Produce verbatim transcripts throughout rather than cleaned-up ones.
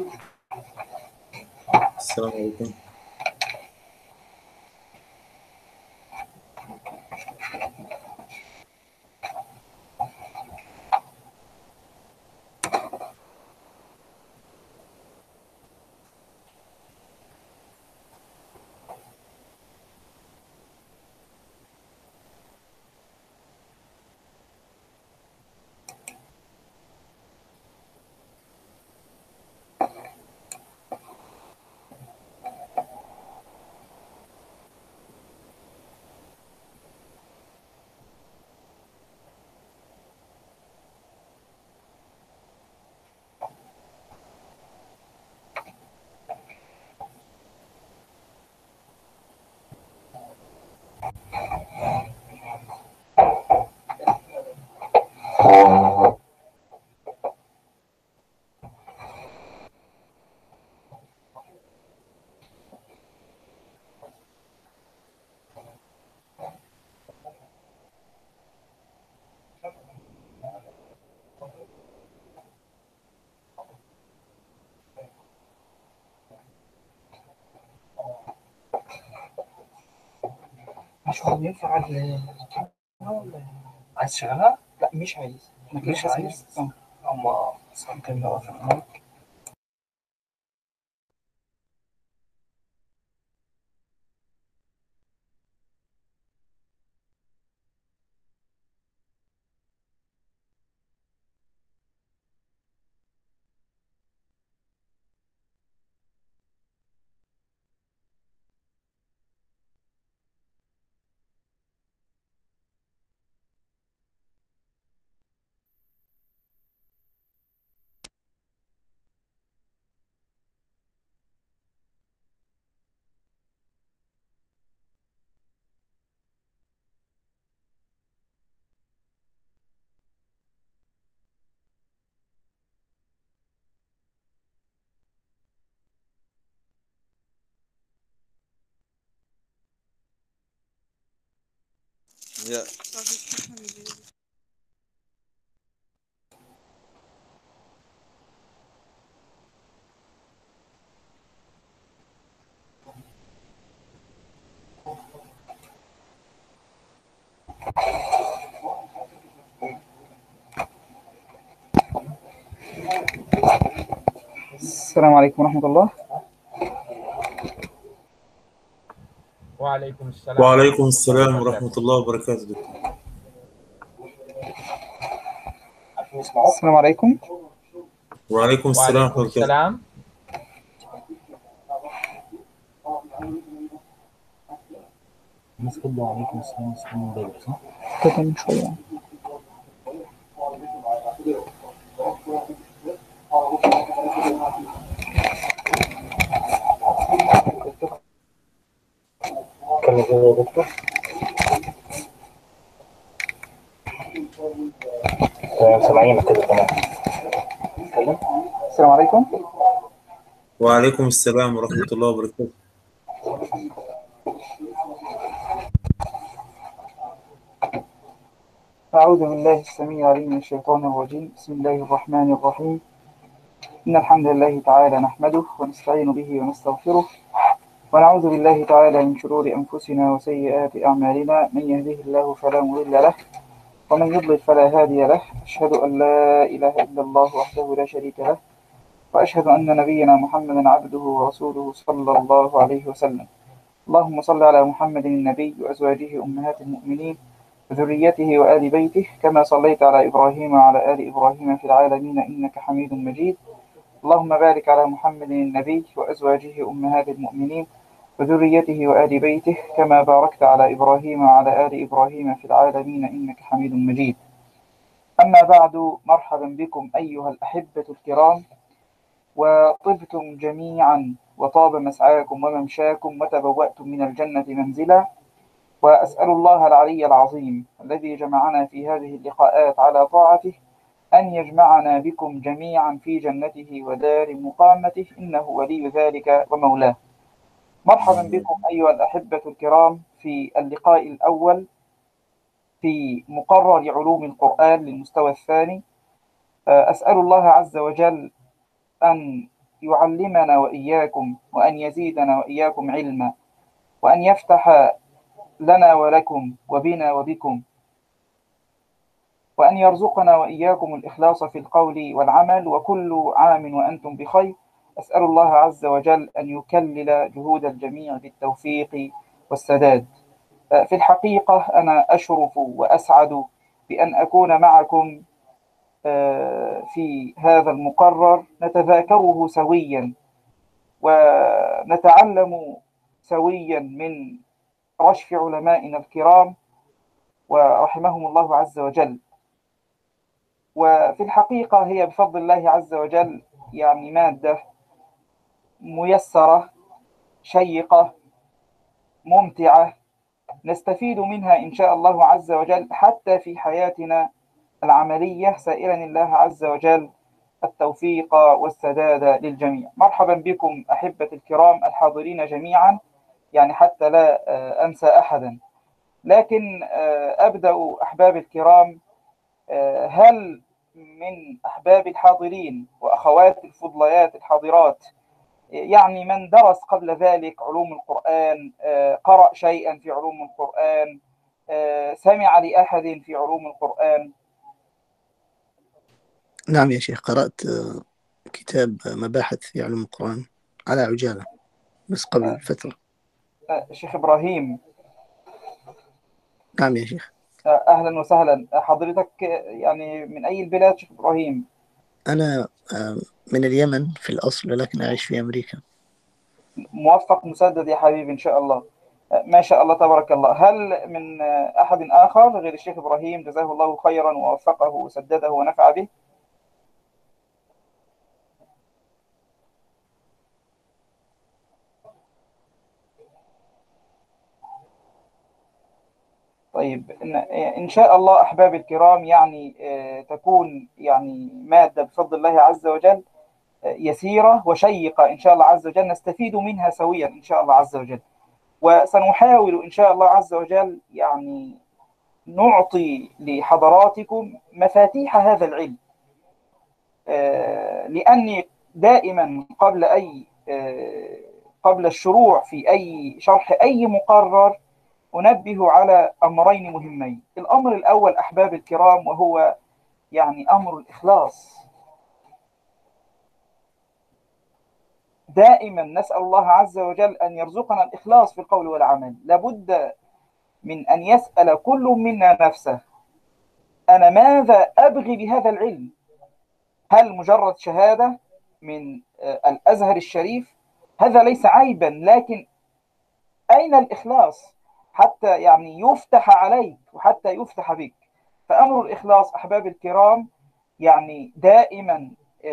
السلام عليكم. مش هو ينفع ال- ولا عايز تشغلها؟ لا مش عايز، احنا كده مش بس عايز؟ بس- اه أما ممكن نقف هناك. يا السلام عليكم ورحمة الله. وعليكم السلام وعليكم ورحمة الله السلام ورحمة وبركاته. الله وبركاته دكتور. السلام عليكم. وعليكم السلام ورحمة وعليكم الله وبركاته. السلام. الناس كله عليكم السلام السلام من بدري صح؟ كده من شوية. كلمة يا دكتور. سامعينك كده تمام. اتكلم. السلام عليكم. وعليكم السلام ورحمة الله وبركاته. أعوذ بالله السميع العليم من الشيطان الرجيم. بسم الله الرحمن الرحيم. إن الحمد لله تعالى نحمده ونستعين به ونستغفره ونعوذ بالله تعالى من شرور أنفسنا وسيئات أعمالنا. من يهده الله فلا مضل له ومن يضلل فلا هادي له. أشهد أن لا إله إلا الله وحده لا شريك له وأشهد أن نبينا محمدا عبده ورسوله صلى الله عليه وسلم. اللهم صل على محمد النبي وأزواجه أمهات المؤمنين وذريته وآل بيته كما صليت على إبراهيم وعلى آل إبراهيم في العالمين إنك حميد مجيد. اللهم بارك على محمد النبي وأزواجه أمهات المؤمنين وذريته وآل بيته كما باركت على إبراهيم وعلى آل إبراهيم في العالمين إنك حميد مجيد. أما بعد، مرحبا بكم أيها الأحبة الكرام، وطبتم جميعا وطاب مسعاكم وممشاكم وتبوأتم من الجنة منزلا. وأسأل الله العلي العظيم الذي جمعنا في هذه اللقاءات على طاعته أن يجمعنا بكم جميعا في جنته ودار مقامته، إنه ولي ذلك ومولاه. مرحبا بكم أيها الأحبة الكرام في اللقاء الأول في مقرر علوم القرآن للمستوى الثاني. أسأل الله عز وجل أن يعلمنا وإياكم، وأن يزيدنا وإياكم علما، وأن يفتح لنا ولكم وبنا وبكم، وأن يرزقنا وإياكم الإخلاص في القول والعمل، وكل عام وأنتم بخير. أسأل الله عز وجل أن يكلل جهود الجميع بالتوفيق والسداد. في الحقيقة أنا أشرف وأسعد بأن أكون معكم في هذا المقرر نتذاكره سويا ونتعلم سويا من رشف علمائنا الكرام ورحمهم الله عز وجل. وفي الحقيقة هي بفضل الله عز وجل يعني مادة ميسرة شيقة ممتعة نستفيد منها إن شاء الله عز وجل حتى في حياتنا العملية، سائلا الله عز وجل التوفيق والسداد للجميع. مرحبا بكم أحبة الكرام الحاضرين جميعا، يعني حتى لا أنسى أحدا. لكن أبدأ أحباب الكرام، هل من أحباب الحاضرين وأخوات الفضليات الحاضرات يعني من درس قبل ذلك علوم القرآن، قرأ شيئا في علوم القرآن، سمع لأحد في علوم القرآن؟ نعم يا شيخ، قرأت كتاب مباحث في علوم القرآن على عجالة بس قبل فترة. شيخ إبراهيم. نعم يا شيخ. أهلا وسهلا. حضرتك يعني من أي البلاد شيخ إبراهيم؟ أنا من اليمن في الأصل، لكن أعيش في أمريكا. موفق مسدد يا حبيبي إن شاء الله. ما شاء الله تبارك الله. هل من أحد آخر غير الشيخ إبراهيم جزاه الله خيرا ووفقه وسدده ونفع به؟ طيب إن شاء الله أحباب الكرام يعني تكون يعني مادة بفضل الله عز وجل يسيرة وشيقة إن شاء الله عز وجل، نستفيد منها سويا إن شاء الله عز وجل. وسنحاول إن شاء الله عز وجل يعني نعطي لحضراتكم مفاتيح هذا العلم، لأني دائما قبل أي قبل الشروع في أي شرح أي مقرر أنبه على أمرين مهمين. الأمر الأول أحباب الكرام وهو يعني أمر الإخلاص. دائما نسأل الله عز وجل أن يرزقنا الإخلاص في القول والعمل. لابد من أن يسأل كل منا نفسه: أنا ماذا أبغي بهذا العلم؟ هل مجرد شهادة من الأزهر الشريف؟ هذا ليس عيبا، لكن أين الإخلاص حتى يعني يفتح عليك وحتى يفتح بك؟ فأمر الإخلاص أحباب الكرام يعني دائما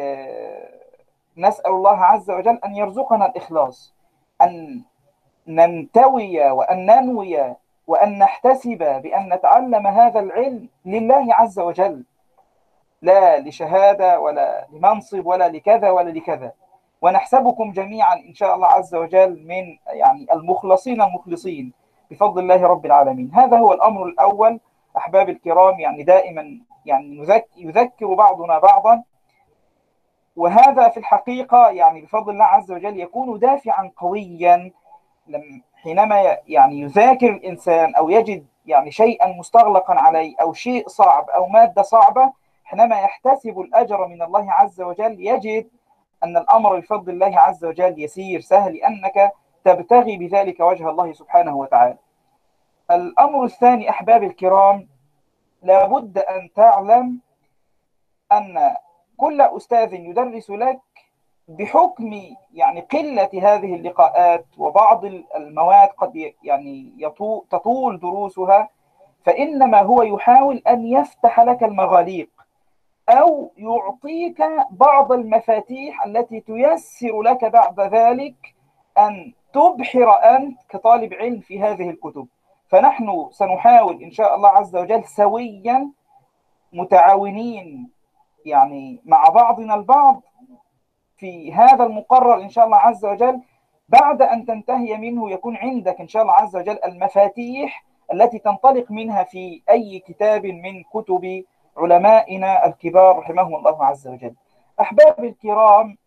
نسأل الله عز وجل أن يرزقنا الإخلاص، أن ننتوي وأن ننوي وأن نحتسب بأن نتعلم هذا العلم لله عز وجل، لا لشهادة ولا لمنصب ولا لكذا ولا لكذا. ونحسبكم جميعا إن شاء الله عز وجل من يعني المخلصين المخلصين بفضل الله رب العالمين. هذا هو الأمر الأول أحباب الكرام، يعني دائما يعني يذكر بعضنا بعضا، وهذا في الحقيقة يعني بفضل الله عز وجل يكون دافعا قويا حينما يعني يذاكر الإنسان أو يجد يعني شيئا مستغلقا عليه أو شيء صعب أو مادة صعبة. حينما يحتسب الأجر من الله عز وجل يجد أن الأمر بفضل الله عز وجل يسير سهل، لأنك تبتغي بذلك وجه الله سبحانه وتعالى. الأمر الثاني أحباب الكرام، لابد أن تعلم أن كل أستاذ يدرس لك بحكم يعني قلة هذه اللقاءات وبعض المواد قد يعني يطول تطول دروسها، فإنما هو يحاول أن يفتح لك المغاليق أو يعطيك بعض المفاتيح التي تيسر لك بعد ذلك أن تبحر أنت كطالب علم في هذه الكتب. فنحن سنحاول إن شاء الله عز وجل سويا متعاونين يعني مع بعضنا البعض في هذا المقرر إن شاء الله عز وجل. بعد أن تنتهي منه يكون عندك إن شاء الله عز وجل المفاتيح التي تنطلق منها في أي كتاب من كتب علمائنا الكبار رحمهم الله عز وجل. أحباب الكرام،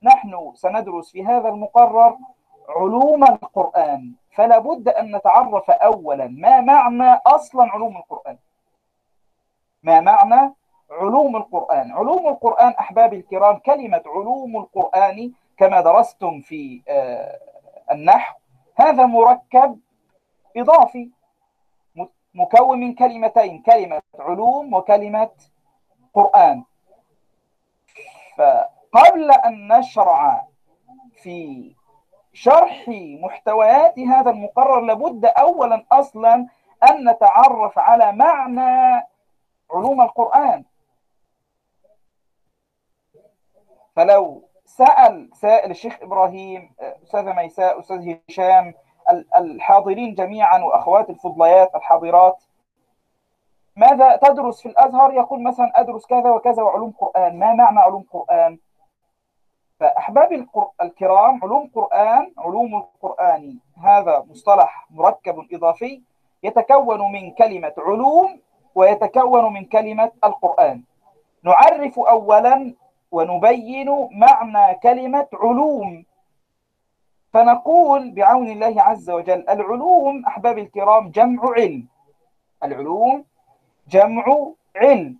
نحن سندرس في هذا المقرر علوم القرآن، فلا بد أن نتعرف أولا ما معنى أصلا علوم القرآن. ما معنى علوم القرآن؟ علوم القرآن أحبابي الكرام، كلمة علوم القرآن كما درستم في النحو هذا مركب إضافي مكون من كلمتين، كلمة علوم وكلمة قرآن. فقبل أن نشرع في شرح محتويات هذا المقرر لابد أولا أصلا أن نتعرف على معنى علوم القرآن. فلو سأل سائل الشيخ إبراهيم، أستاذ ميساء، أستاذ هشام، الحاضرين جميعا وأخوات الفضليات الحاضرات، ماذا تدرس في الأزهر؟ يقول مثلا أدرس كذا وكذا وعلوم قرآن. ما معنى علوم قرآن؟ فأحبابي الكرام، علوم قرآن، علوم القرآن هذا مصطلح مركب إضافي يتكون من كلمة علوم ويتكون من كلمة القرآن. نعرف أولا ونبين معنى كلمة علوم، فنقول بعون الله عز وجل العلوم أحبابي الكرام جمع علم. العلوم جمع علم،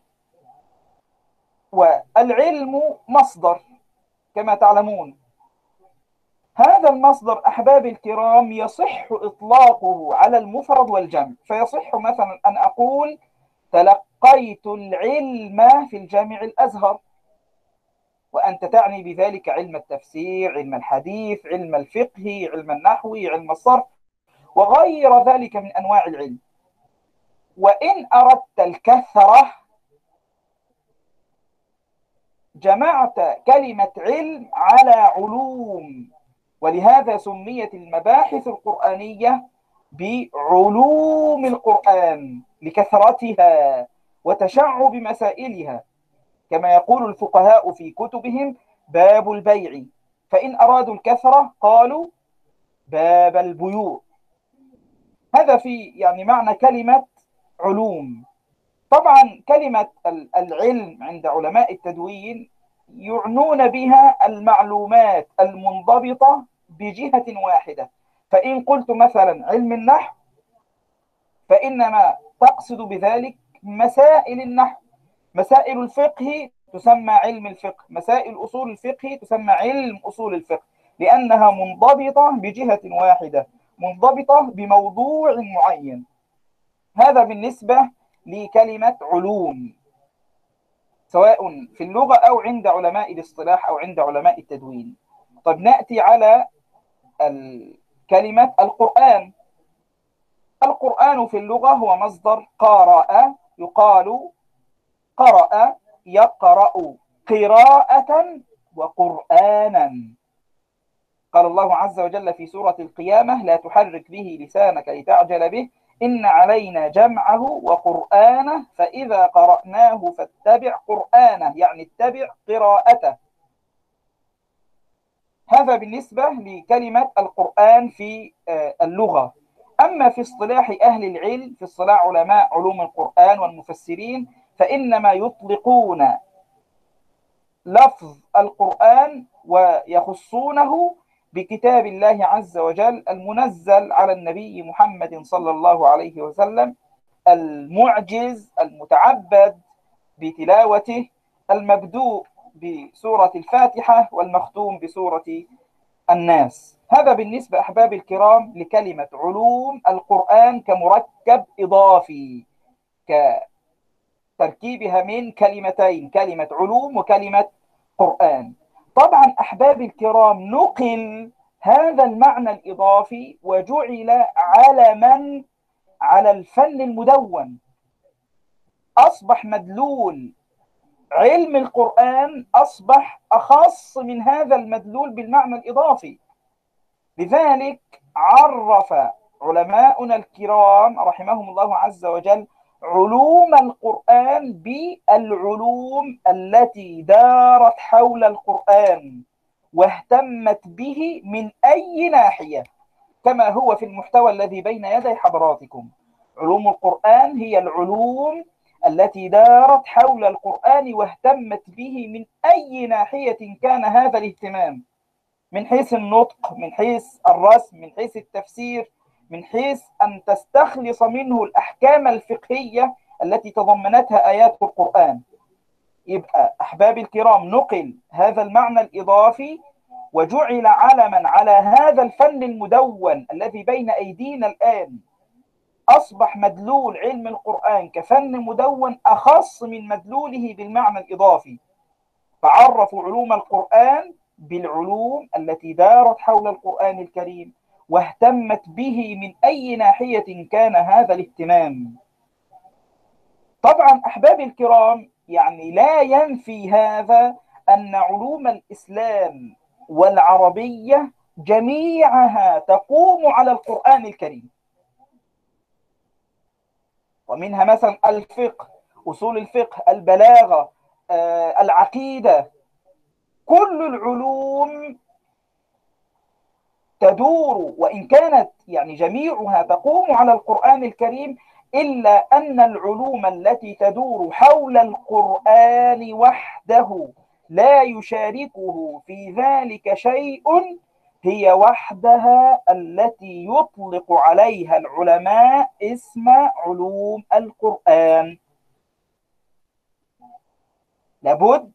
والعلم مصدر كما تعلمون. هذا المصدر أحبابي الكرام يصح إطلاقه على المفرد والجمع، فيصح مثلا أن أقول تلقيت العلم في الجامع الأزهر، وأنت تعني بذلك علم التفسير، علم الحديث، علم الفقه، علم النحو، علم الصرف وغير ذلك من أنواع العلم. وإن أردت الكثرة جمعت كلمة علم على علوم، ولهذا سميت المباحث القرآنية بعلوم القرآن لكثرتها وتشعب مسائلها، كما يقول الفقهاء في كتبهم باب البيع، فإن أرادوا الكثرة قالوا باب البيوع. هذا في يعني معنى كلمة علوم. طبعا كلمة العلم عند علماء التدوين يعنون بها المعلومات المنضبطة بجهة واحدة. فإن قلت مثلا علم النحو فإنما تقصد بذلك مسائل النحو. مسائل الفقه تسمى علم الفقه، مسائل أصول الفقه تسمى علم أصول الفقه، لأنها منضبطة بجهة واحدة، منضبطة بموضوع معين. هذا بالنسبة لكلمة علوم سواء في اللغة أو عند علماء الاصطلاح أو عند علماء التدوين. طب نأتي على كلمة القرآن. القرآن في اللغة هو مصدر قرأ، يقال قرأ، يقرأ قراءة وقرآنا. قال الله عز وجل في سورة القيامة لا تحرك به لسانك لتعجل به إن علينا جمعه وقرآنه فإذا قرأناه فاتبع قرآنه، يعني اتبع قراءته. هذا بالنسبة لكلمة القرآن في اللغة. أما في اصطلاح أهل العلم، في اصطلاح علماء علوم القرآن والمفسرين، فإنما يطلقون لفظ القرآن ويخصونه بكتاب الله عز وجل المنزل على النبي محمد صلى الله عليه وسلم، المعجز المتعبد بتلاوته، المبدوء بسورة الفاتحة والمختوم بسورة الناس. هذا بالنسبة أحبابي الكرام لكلمة علوم القرآن كمركب إضافي، كتركيبها من كلمتين، كلمة علوم وكلمة قرآن. طبعا أحبابي الكرام نقل هذا المعنى الإضافي وجعل علما على الفن المدون، أصبح مدلول علم القرآن أصبح أخص من هذا المدلول بالمعنى الإضافي. لذلك عرف علماؤنا الكرام رحمهم الله عز وجل علوم القرآن بالعلوم التي دارت حول القرآن واهتمت به من أي ناحية، كما هو في المحتوى الذي بين يدي حضراتكم. علوم القرآن هي العلوم التي دارت حول القرآن واهتمت به من أي ناحية كان هذا الاهتمام، من حيث النطق، من حيث الرسم، من حيث التفسير، من حيث أن تستخلص منه الأحكام الفقهية التي تضمنتها آيات القرآن. يبقى أحبابي الكرام نقل هذا المعنى الإضافي وجعل علما على هذا الفن المدون الذي بين أيدينا الآن. أصبح مدلول علم القرآن كفن مدون أخص من مدلوله بالمعنى الإضافي، فعرفوا علوم القرآن بالعلوم التي دارت حول القرآن الكريم واهتمت به من أي ناحية كان هذا الاهتمام. طبعا أحبابي الكرام، يعني لا ينفي هذا أن علوم الإسلام والعربية جميعها تقوم على القرآن الكريم، ومنها مثلا الفقه، أصول الفقه، البلاغة، آه، العقيدة. كل العلوم تدور، وإن كانت يعني جميعها تقوم على القرآن الكريم، إلا أن العلوم التي تدور حول القرآن وحده لا يشاركه في ذلك شيء هي وحدها التي يطلق عليها العلماء اسم علوم القرآن. لابد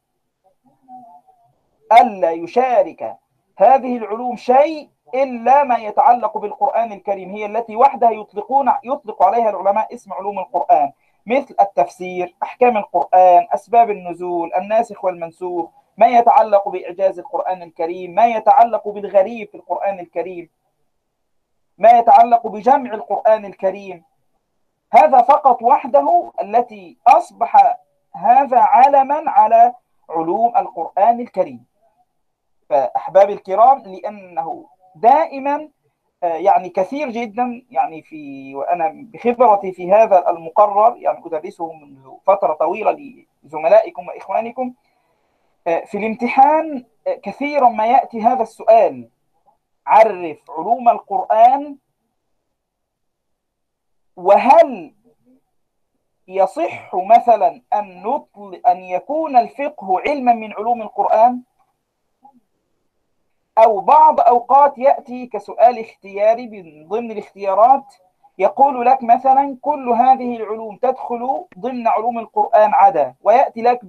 ألا يشارك هذه العلوم شيء إلا ما يتعلق بالقرآن الكريم، هي التي وحدها يطلقون يطلق عليها العلماء اسم علوم القرآن، مثل التفسير، أحكام القرآن، أسباب النزول، الناسخ والمنسوخ، ما يتعلق بإعجاز القرآن الكريم، ما يتعلق بالغريب في القرآن الكريم، ما يتعلق بجمع القرآن الكريم. هذا فقط وحده التي أصبح هذا علما على علوم القرآن الكريم. فأحبابي الكرام، لأنه دائما يعني كثير جدا، يعني في وأنا بخبرتي في هذا المقرر، يعني أدرسه منذ فترة طويلة لزملائكم وإخوانكم، في الامتحان كثيرا ما يأتي هذا السؤال: عرف علوم القرآن، وهل يصح مثلا أن نطلق أن يكون الفقه علما من علوم القرآن؟ أو بعض أوقات يأتي كسؤال اختياري من ضمن الاختيارات، يقول لك مثلا كل هذه العلوم تدخل ضمن علوم القرآن عدا، ويأتي لك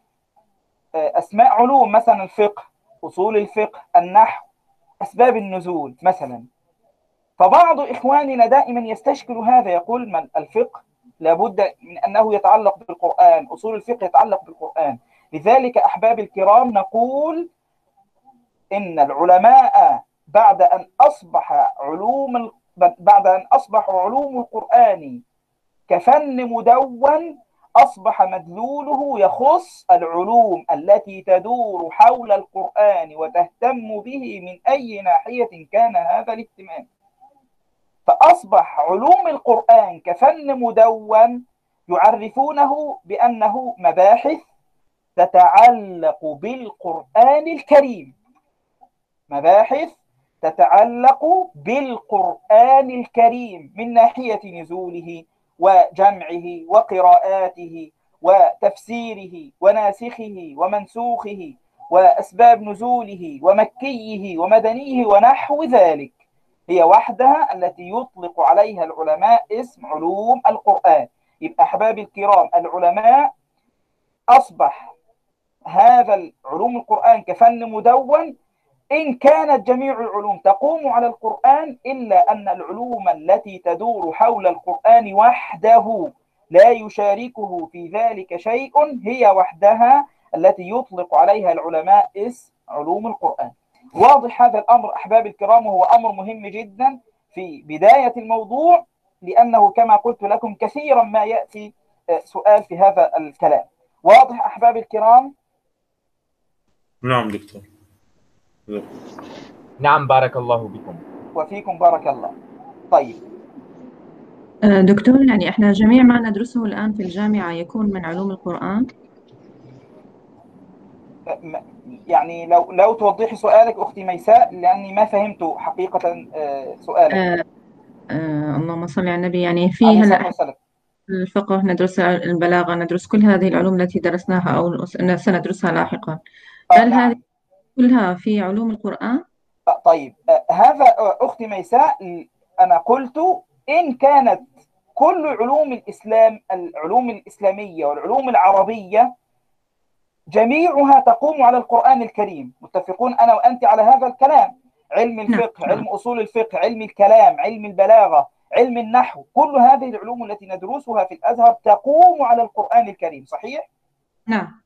بأسماء علوم مثلا الفقه، أصول الفقه، النحو، أسباب النزول مثلا. فبعض إخواننا دائما يستشكل هذا، يقول من الفقه لابد من أنه يتعلق بالقرآن، أصول الفقه يتعلق بالقرآن. لذلك أحباب الكرام نقول إن العلماء بعد أن أصبح علوم بعد أن أصبح علوم القرآن كفن مدون، أصبح مدلوله يخص العلوم التي تدور حول القرآن وتهتم به من أي ناحية كان هذا الاهتمام. فأصبح علوم القرآن كفن مدون يعرفونه بأنه مباحث تتعلق بالقرآن الكريم، مباحث تتعلق بالقرآن الكريم من ناحية نزوله وجمعه وقراءاته وتفسيره وناسخه ومنسوخه وأسباب نزوله ومكيه ومدنيه ونحو ذلك. هي وحدها التي يطلق عليها العلماء اسم علوم القرآن. يبقى أحبابي الكرام، العلماء أصبح هذا علوم القرآن كفن مدون، إن كانت جميع العلوم تقوم على القرآن، إلا أن العلوم التي تدور حول القرآن وحده لا يشاركه في ذلك شيء هي وحدها التي يطلق عليها العلماء اسم علوم القرآن. واضح هذا الأمر أحباب الكرام، وهو أمر مهم جدا في بداية الموضوع، لأنه كما قلت لكم كثيرا ما يأتي سؤال في هذا الكلام. واضح أحباب الكرام؟ نعم دكتور. نعم، بارك الله بكم. وفيكم بارك الله. طيب دكتور، يعني احنا جميع ما ندرسه الآن في الجامعة يكون من علوم القرآن؟ يعني لو لو توضحي سؤالك أختي ميساء، لأني ما فهمت حقيقة سؤالك. آه آه اللهم صل على النبي. يعني في عليه هلا الصلاة والسلام. الفقه، ندرس البلاغة، ندرس كل هذه العلوم التي درسناها أو سندرسها لاحقا. آه هل هذه نعم. كلها في علوم القرآن؟ آه طيب، آه هذا آه أختي ميساء، أنا قلت إن كانت كل علوم الإسلام، العلوم الإسلامية والعلوم العربية جميعها تقوم على القرآن الكريم، متفقون أنا وأنت على هذا الكلام. علم نعم الفقه، نعم علم أصول الفقه، علم الكلام، علم البلاغة، علم النحو، كل هذه العلوم التي ندرسها في الأزهر تقوم على القرآن الكريم، صحيح؟ نعم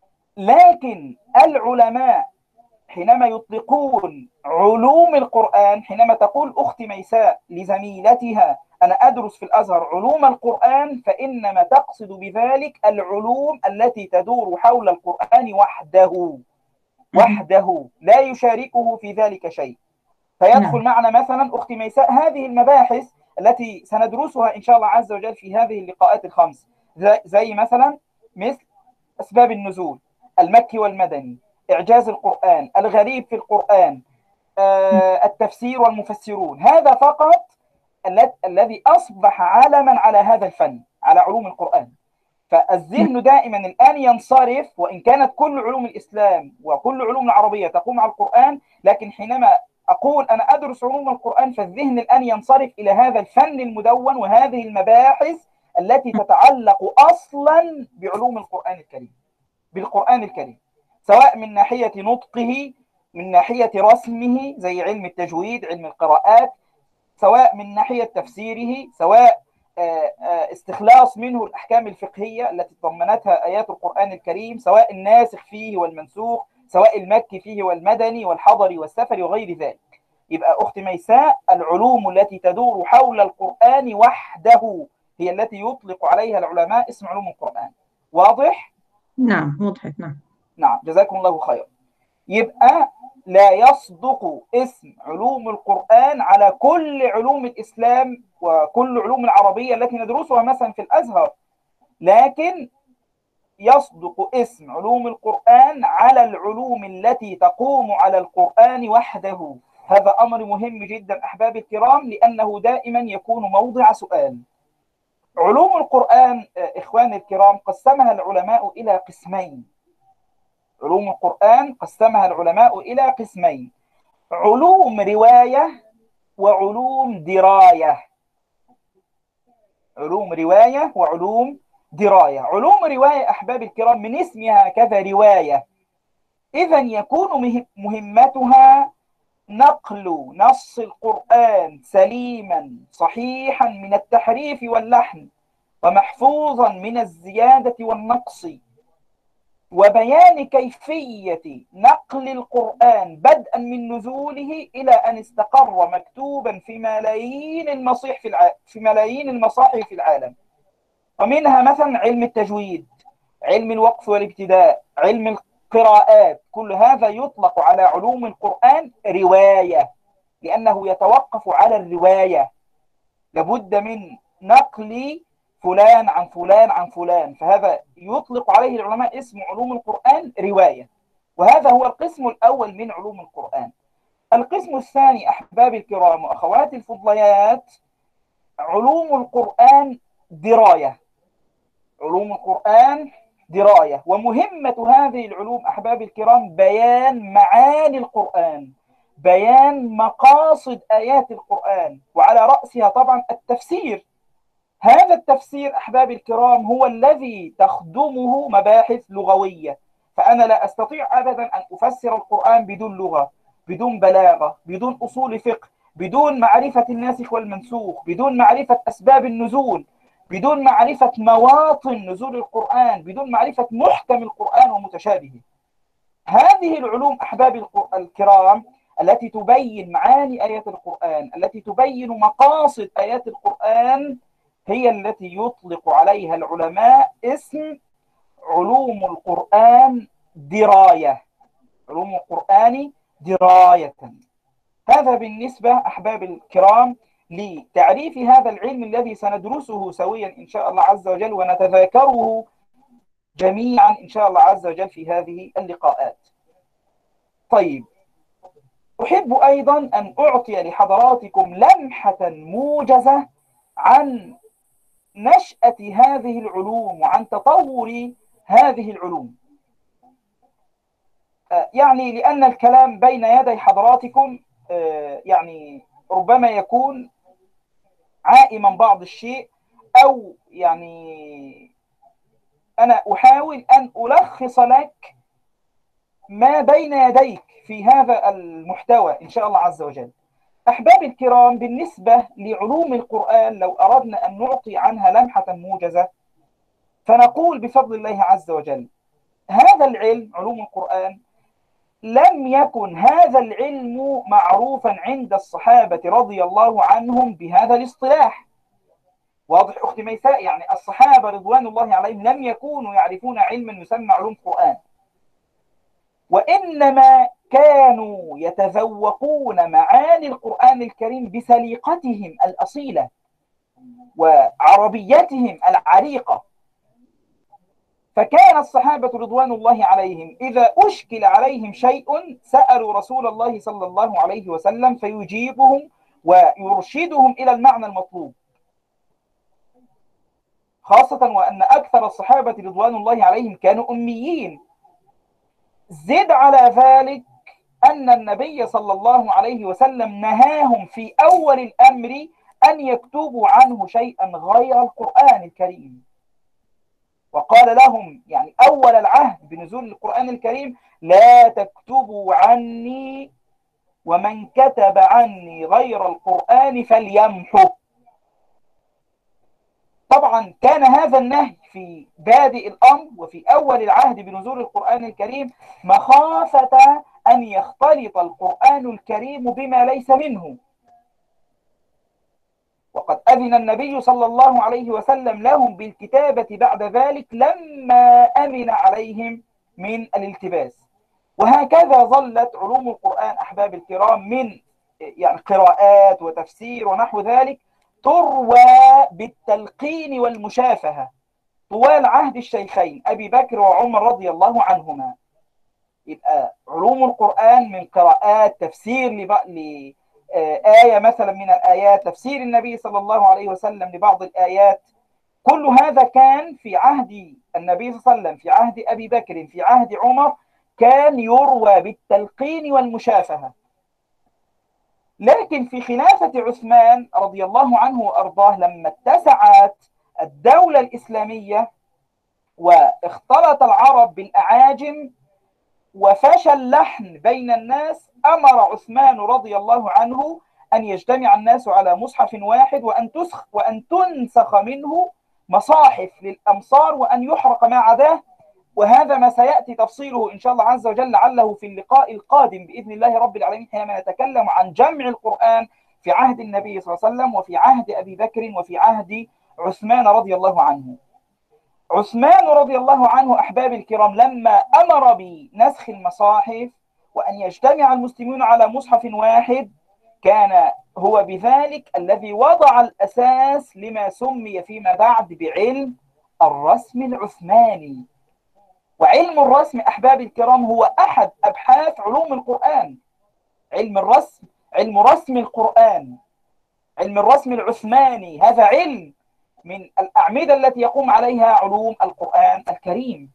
لكن العلماء حينما يطلقون علوم القرآن، حينما تقول أختي ميساء لزميلتها أنا أدرس في الأزهر علوم القرآن، فإنما تقصد بذلك العلوم التي تدور حول القرآن وحده، وحده لا يشاركه في ذلك شيء. فيدخل نعم معنا مثلا أختي ميساء هذه المباحث التي سندرسها إن شاء الله عز وجل في هذه اللقاءات الخمس، زي, زي مثلا مثل أسباب النزول، المكي والمدني، إعجاز القرآن، الغريب في القرآن، آه، التفسير والمفسرون. هذا فقط الذي أصبح علما على هذا الفن، على علوم القرآن. فالذهن دائما الآن ينصرف، وإن كانت كل علوم الإسلام وكل علوم العربية تقوم على القرآن، لكن حينما أقول أنا أدرس علوم القرآن فالذهن الآن ينصرف إلى هذا الفن المدون وهذه المباحث التي تتعلق أصلا بعلوم القرآن الكريم، بالقرآن الكريم، سواء من ناحية نطقه، من ناحية رسمه زي علم التجويد، علم القراءات، سواء من ناحية تفسيره، سواء استخلاص منه الأحكام الفقهية التي ضمنتها آيات القرآن الكريم، سواء الناسخ فيه والمنسوخ، سواء المكي فيه والمدني والحضري والسفري وغير ذلك. يبقى أخت ميساء العلوم التي تدور حول القرآن وحده هي التي يطلق عليها العلماء اسم علوم القرآن. واضح؟ نعم وضحت. نعم نعم، جزاكم الله خير. يبقى لا يصدق اسم علوم القرآن على كل علوم الإسلام وكل علوم العربية التي ندرسها مثلا في الأزهر، لكن يصدق اسم علوم القرآن على العلوم التي تقوم على القرآن وحده. هذا أمر مهم جدا أحبابي الكرام، لأنه دائما يكون موضع سؤال. علوم القرآن إخواني الكرام قسمها العلماء إلى قسمين. علوم القرآن قسمها العلماء إلى قسمين: علوم رواية وعلوم دراية. علوم رواية وعلوم دراية. علوم رواية أحبابي الكرام من اسمها كذا رواية، إذا يكون مهمتها نقل نص القرآن سليما صحيحا من التحريف واللحن، ومحفوظا من الزيادة والنقص، وبيان كيفية نقل القرآن بدءا من نزوله إلى أن استقر مكتوبا في ملايين المصاحف في, الع... في ملايين المصاحف في العالم. ومنها مثلا علم التجويد، علم الوقف والابتداء، علم القراءات، كل هذا يطلق على علوم القرآن رواية، لأنه يتوقف على الرواية، لابد من نقل فلان عن فلان عن فلان، فهذا يطلق عليه العلماء اسم علوم القرآن رواية. وهذا هو القسم الأول من علوم القرآن. القسم الثاني أحبابي الكرام وأخواتي الفضليات علوم القرآن دراية. علوم القرآن دراية، ومهمة هذه العلوم أحبابي الكرام بيان معاني القرآن، بيان مقاصد آيات القرآن، وعلى رأسها طبعا التفسير. هذا التفسير أحبابي الكرام هو الذي تخدمه مباحث لغوية، فأنا لا أستطيع أبدا أن أفسر القرآن بدون لغة، بدون بلاغة، بدون أصول فقه، بدون معرفة الناسخ والمنسوخ، بدون معرفة أسباب النزول، بدون معرفة مواطن نزول القرآن، بدون معرفة محكم القرآن ومتشابهه. هذه العلوم أحبابي الكرام التي تبين معاني آيات القرآن، التي تبين مقاصد آيات القرآن، هي التي يطلق عليها العلماء اسم علوم القرآن دراية. علوم القرآن دراية. هذا بالنسبة أحبابي الكرام لتعريف هذا العلم الذي سندرسه سويا إن شاء الله عز وجل، ونتذاكره جميعا إن شاء الله عز وجل في هذه اللقاءات. طيب، أحب أيضا أن أعطي لحضراتكم لمحة موجزة عن نشأة هذه العلوم وعن تطور هذه العلوم. يعني لأن الكلام بين يدي حضراتكم يعني ربما يكون عائما بعض الشيء، أو يعني أنا أحاول أن ألخص لك ما بين يديك في هذا المحتوى إن شاء الله عز وجل. أحبابي الكرام، بالنسبة لعلوم القرآن لو أردنا أن نعطي عنها لمحة موجزة فنقول بفضل الله عز وجل هذا العلم علوم القرآن لم يكن هذا العلم معروفا عند الصحابة رضي الله عنهم بهذا الاصطلاح. واضح أختي ميساء؟ يعني الصحابة رضوان الله عليهم لم يكونوا يعرفون علما يسمى علوم القرآن، وإنما كانوا يتذوقون معاني القرآن الكريم بسليقتهم الأصيلة وعربيتهم العريقة. فكان الصحابة رضوان الله عليهم إذا أشكل عليهم شيء سألوا رسول الله صلى الله عليه وسلم فيجيبهم ويرشدهم إلى المعنى المطلوب، خاصة وأن أكثر الصحابة رضوان الله عليهم كانوا أميين. زد على ذلك أن النبي صلى الله عليه وسلم نهاهم في أول الأمر أن يكتبوا عنه شيئا غير القرآن الكريم، وقال لهم يعني أول العهد بنزول القرآن الكريم لا تكتبوا عني ومن كتب عني غير القرآن فليمحه. طبعا كان هذا النهي في بادئ الأمر وفي أول العهد بنزول القرآن الكريم مخافة أن يختلط القرآن الكريم بما ليس منه، وقد أذن النبي صلى الله عليه وسلم لهم بالكتابة بعد ذلك لما أمن عليهم من الالتباس. وهكذا ظلت علوم القرآن أحباب الكرام من يعني قراءات وتفسير ونحو ذلك تروى بالتلقين والمشافهة طوال عهد الشيخين أبي بكر وعمر رضي الله عنهما. يبقى علوم القرآن من قراءات، تفسير لآية مثلا من الآيات، تفسير النبي صلى الله عليه وسلم لبعض الآيات، كل هذا كان في عهد النبي صلى الله عليه وسلم، في عهد أبي بكر، في عهد عمر، كان يروى بالتلقين والمشافهة. لكن في خلافة عثمان رضي الله عنه وأرضاه لما اتسعت الدولة الإسلامية واختلط العرب بالأعاجم وفشى اللحن بين الناس، أمر عثمان رضي الله عنه أن يجتمع الناس على مصحف واحد وأن تسخ وأن تنسخ منه مصاحف للأمصار وأن يحرق ما عداه. وهذا ما سيأتي تفصيله إن شاء الله عز وجل لعله في اللقاء القادم بإذن الله رب العالمين حينما نتكلم عن جمع القرآن في عهد النبي صلى الله عليه وسلم وفي عهد أبي بكر وفي عهد عثمان رضي الله عنه. عثمان رضي الله عنه أحباب الكرام لما أمر بنسخ المصاحف وأن يجتمع المسلمون على مصحف واحد كان هو بذلك الذي وضع الأساس لما سمي فيما بعد بعلم الرسم العثماني. وعلم الرسم أحباب الكرام هو أحد أبحاث علوم القرآن. علم الرسم، علم رسم القرآن، علم الرسم العثماني، هذا علم من الأعمدة التي يقوم عليها علوم القرآن الكريم،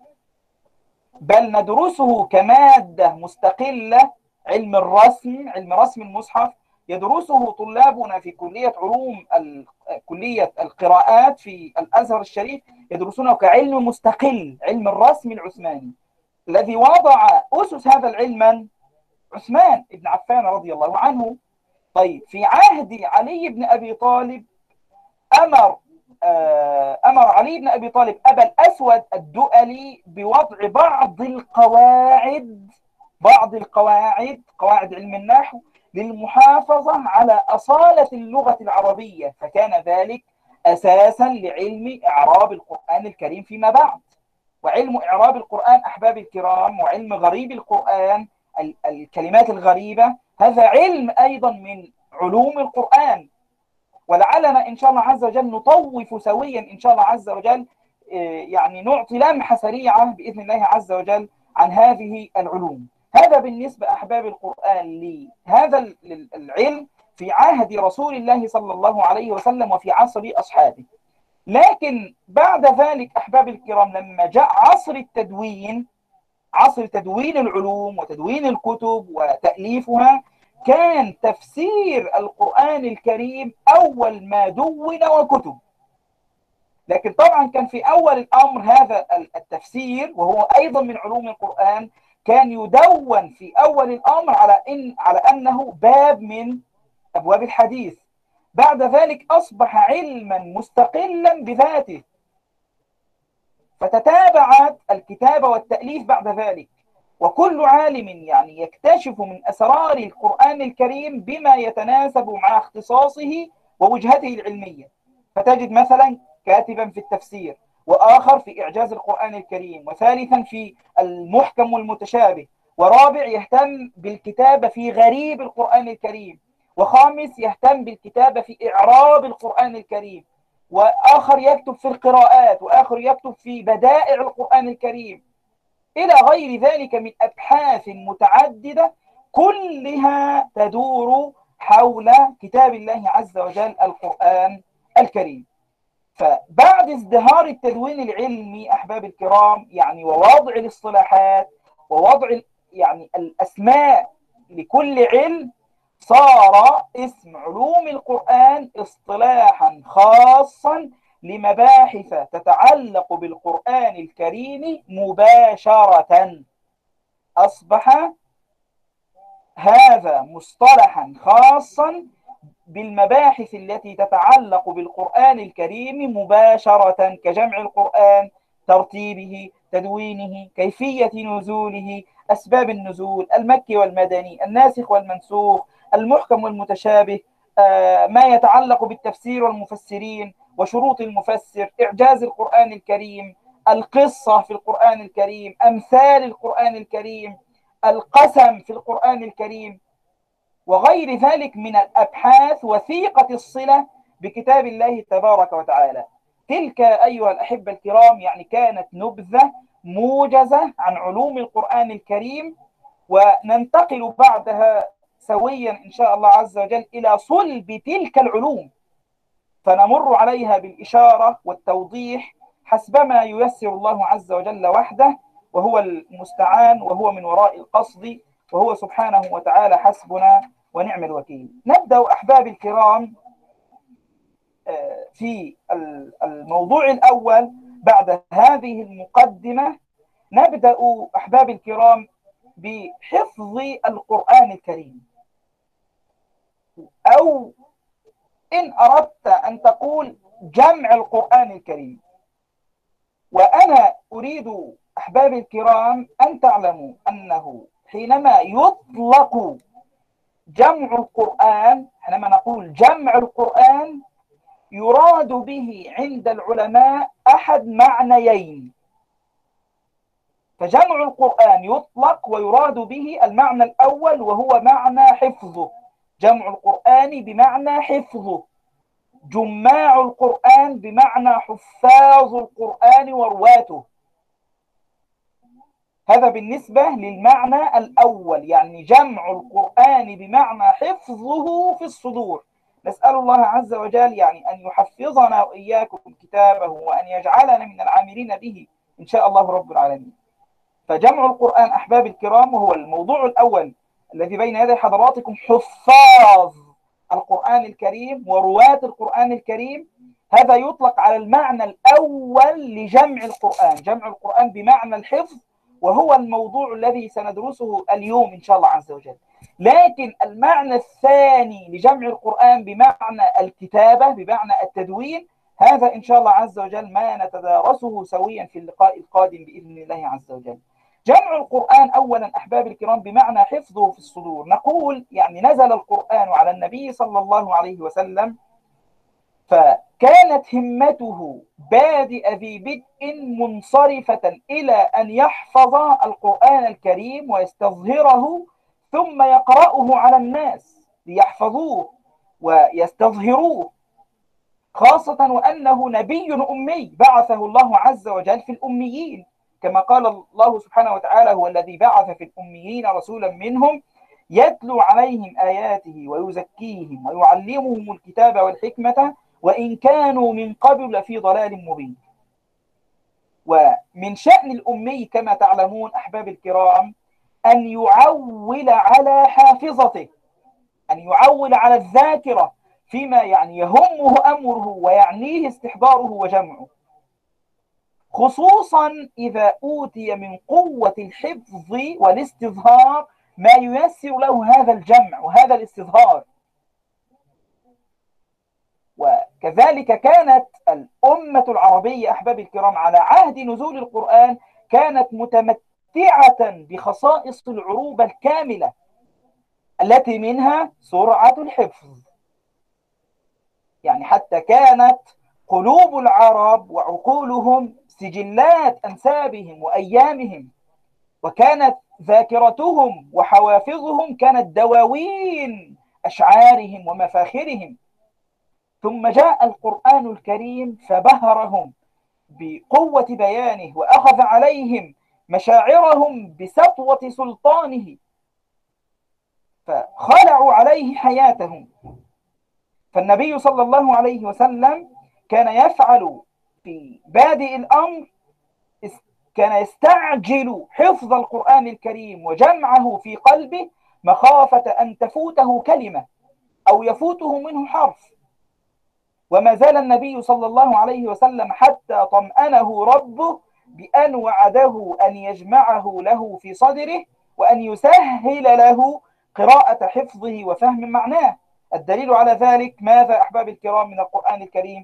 بل ندرسه كمادة مستقلة. علم الرسم، علم رسم المصحف، يدرسه طلابنا في كلية علوم كلية القراءات في الأزهر الشريف، يدرسونه كعلم مستقل، علم الرسم العثماني الذي وضع أسس هذا العلم عثمان بن عفان رضي الله عنه. طيب في عهد علي بن أبي طالب أمر أمر علي بن أبي طالب أبا الأسود الدؤلي بوضع بعض القواعد بعض القواعد قواعد علم النحو للمحافظة على أصالة اللغة العربية، فكان ذلك أساسا لعلم إعراب القرآن الكريم فيما بعد. وعلم إعراب القرآن أحباب الكرام وعلم غريب القرآن، الكلمات الغريبة، هذا علم أيضا من علوم القرآن. ولعلنا إن شاء الله عز وجل نطوف سويا إن شاء الله عز وجل، يعني نعطي لمحة سريعة بإذن الله عز وجل عن هذه العلوم. هذا بالنسبة أحباب القرآن لهذا العلم في عهد رسول الله صلى الله عليه وسلم وفي عصر أصحابه. لكن بعد ذلك أحباب الكرام لما جاء عصر التدوين، عصر تدوين العلوم وتدوين الكتب وتأليفها، كان تفسير القرآن الكريم أول ما دون وكتب. لكن طبعا كان في أول الأمر هذا التفسير، وهو أيضا من علوم القرآن، كان يدون في أول الأمر على إن على أنه باب من أبواب الحديث. بعد ذلك أصبح علما مستقلا بذاته، فتتابعت الكتابة والتأليف بعد ذلك، وكل عالم يعني يكتشف من أسرار القرآن الكريم بما يتناسب مع اختصاصه ووجهته العلمية. فتجد مثلا كاتبا في التفسير، وآخر في إعجاز القرآن الكريم، وثالثا في المحكم والمتشابه، ورابع يهتم بالكتابة في غريب القرآن الكريم، وخامس يهتم بالكتابة في إعراب القرآن الكريم، وآخر يكتب في القراءات، وآخر يكتب في بدائع القرآن الكريم، إلى غير ذلك من أبحاث متعددة كلها تدور حول كتاب الله عز وجل القرآن الكريم. فبعد ازدهار التدوين العلمي أحباب الكرام، يعني ووضع الاصطلاحات ووضع يعني الأسماء لكل علم، صار اسم علوم القرآن اصطلاحا خاصا لمباحث تتعلق بالقرآن الكريم مباشرة. أصبح هذا مصطلحا خاصا بالمباحث التي تتعلق بالقرآن الكريم مباشرة، كجمع القرآن، ترتيبه، تدوينه، كيفية نزوله، أسباب النزول، المكي والمدني، الناسخ والمنسوخ، المحكم والمتشابه، ما يتعلق بالتفسير والمفسرين وشروط المفسر، إعجاز القرآن الكريم، القصة في القرآن الكريم، أمثال القرآن الكريم، القسم في القرآن الكريم، وغير ذلك من الأبحاث وثيقة الصلة بكتاب الله تبارك وتعالى. تلك أيها الأحبة الكرام يعني كانت نبذة موجزة عن علوم القرآن الكريم، وننتقل بعدها سويا إن شاء الله عز وجل إلى صلب تلك العلوم، فنمر عليها بالإشارة والتوضيح حسبما ييسر الله عز وجل وحده، وهو المستعان، وهو من وراء القصد، وهو سبحانه وتعالى حسبنا ونعم الوكيل. نبدأ أحباب الكرام في الموضوع الأول بعد هذه المقدمة. نبدأ أحباب الكرام بحفظ القرآن الكريم، أو إن أردت أن تقول جمع القرآن الكريم. وأنا أريد أحباب الكرام أن تعلموا أنه حينما يطلق جمع القرآن، حينما نقول جمع القرآن، يراد به عند العلماء أحد معنيين. فجمع القرآن يطلق ويراد به المعنى الأول، وهو معنى حفظه. جمع القرآن بمعنى حفظه، جماع القرآن بمعنى حفاظ القرآن ورواته. هذا بالنسبة للمعنى الأول، يعني جمع القرآن بمعنى حفظه في الصدور. نسأل الله عز وجل يعني أن يحفظنا وإياكم كتابه، وأن يجعلنا من العاملين به إن شاء الله رب العالمين. فجمع القرآن أحباب الكرام وهو الموضوع الأول الذي بين يدي حضراتكم، حفاظ القرآن الكريم ورواة القرآن الكريم. هذا يطلق على المعنى الأول لجمع القرآن، جمع القرآن بمعنى الحفظ، وهو الموضوع الذي سندرسه اليوم إن شاء الله عز وجل. لكن المعنى الثاني لجمع القرآن بمعنى الكتابة، بمعنى التدوين، هذا إن شاء الله عز وجل ما نتدارسه سويا في اللقاء القادم بإذن الله عز وجل. جمع القرآن أولا أحباب الكرام بمعنى حفظه في الصدور. نقول يعني نزل القرآن على النبي صلى الله عليه وسلم، فكانت همته بادئ ذي بدء منصرفة إلى أن يحفظ القرآن الكريم ويستظهره، ثم يقرأه على الناس ليحفظوه ويستظهروه، خاصة وأنه نبي أمي بعثه الله عز وجل في الأميين، كما قال الله سبحانه وتعالى: هو الذي بعث في الأميين رسولا منهم يتلو عليهم آياته ويزكيهم ويعلمهم الكتاب والحكمة وإن كانوا من قبل لفي ضلال مبين. ومن شأن الأمي كما تعلمون أحباب الكرام أن يعول على حافظته، أن يعول على الذاكرة فيما يعني يهمه أمره ويعنيه استحضاره وجمعه، خصوصا إذا أوتي من قوة الحفظ والاستظهار ما ييسر له هذا الجمع وهذا الاستظهار. وكذلك كانت الأمة العربية أحباب الكرام على عهد نزول القرآن كانت متمتعة بخصائص العروبة الكاملة التي منها سرعة الحفظ. يعني حتى كانت قلوب العرب وعقولهم سجلات أنسابهم وأيامهم، وكانت ذاكرتهم وحوافظهم كانت دواوين أشعارهم ومفاخرهم. ثم جاء القرآن الكريم فبهرهم بقوة بيانه وأخذ عليهم مشاعرهم بسطوة سلطانه، فخلعوا عليه حياتهم. فالنبي صلى الله عليه وسلم كان يفعل في بادئ الأمر، كان يستعجل حفظ القرآن الكريم وجمعه في قلبه مخافة أن تفوته كلمة أو يفوته منه حرف. وما زال النبي صلى الله عليه وسلم حتى طمأنه ربه بأن وعده أن يجمعه له في صدره وأن يسهل له قراءة حفظه وفهم معناه. الدليل على ذلك ماذا أحباب الكرام من القرآن الكريم؟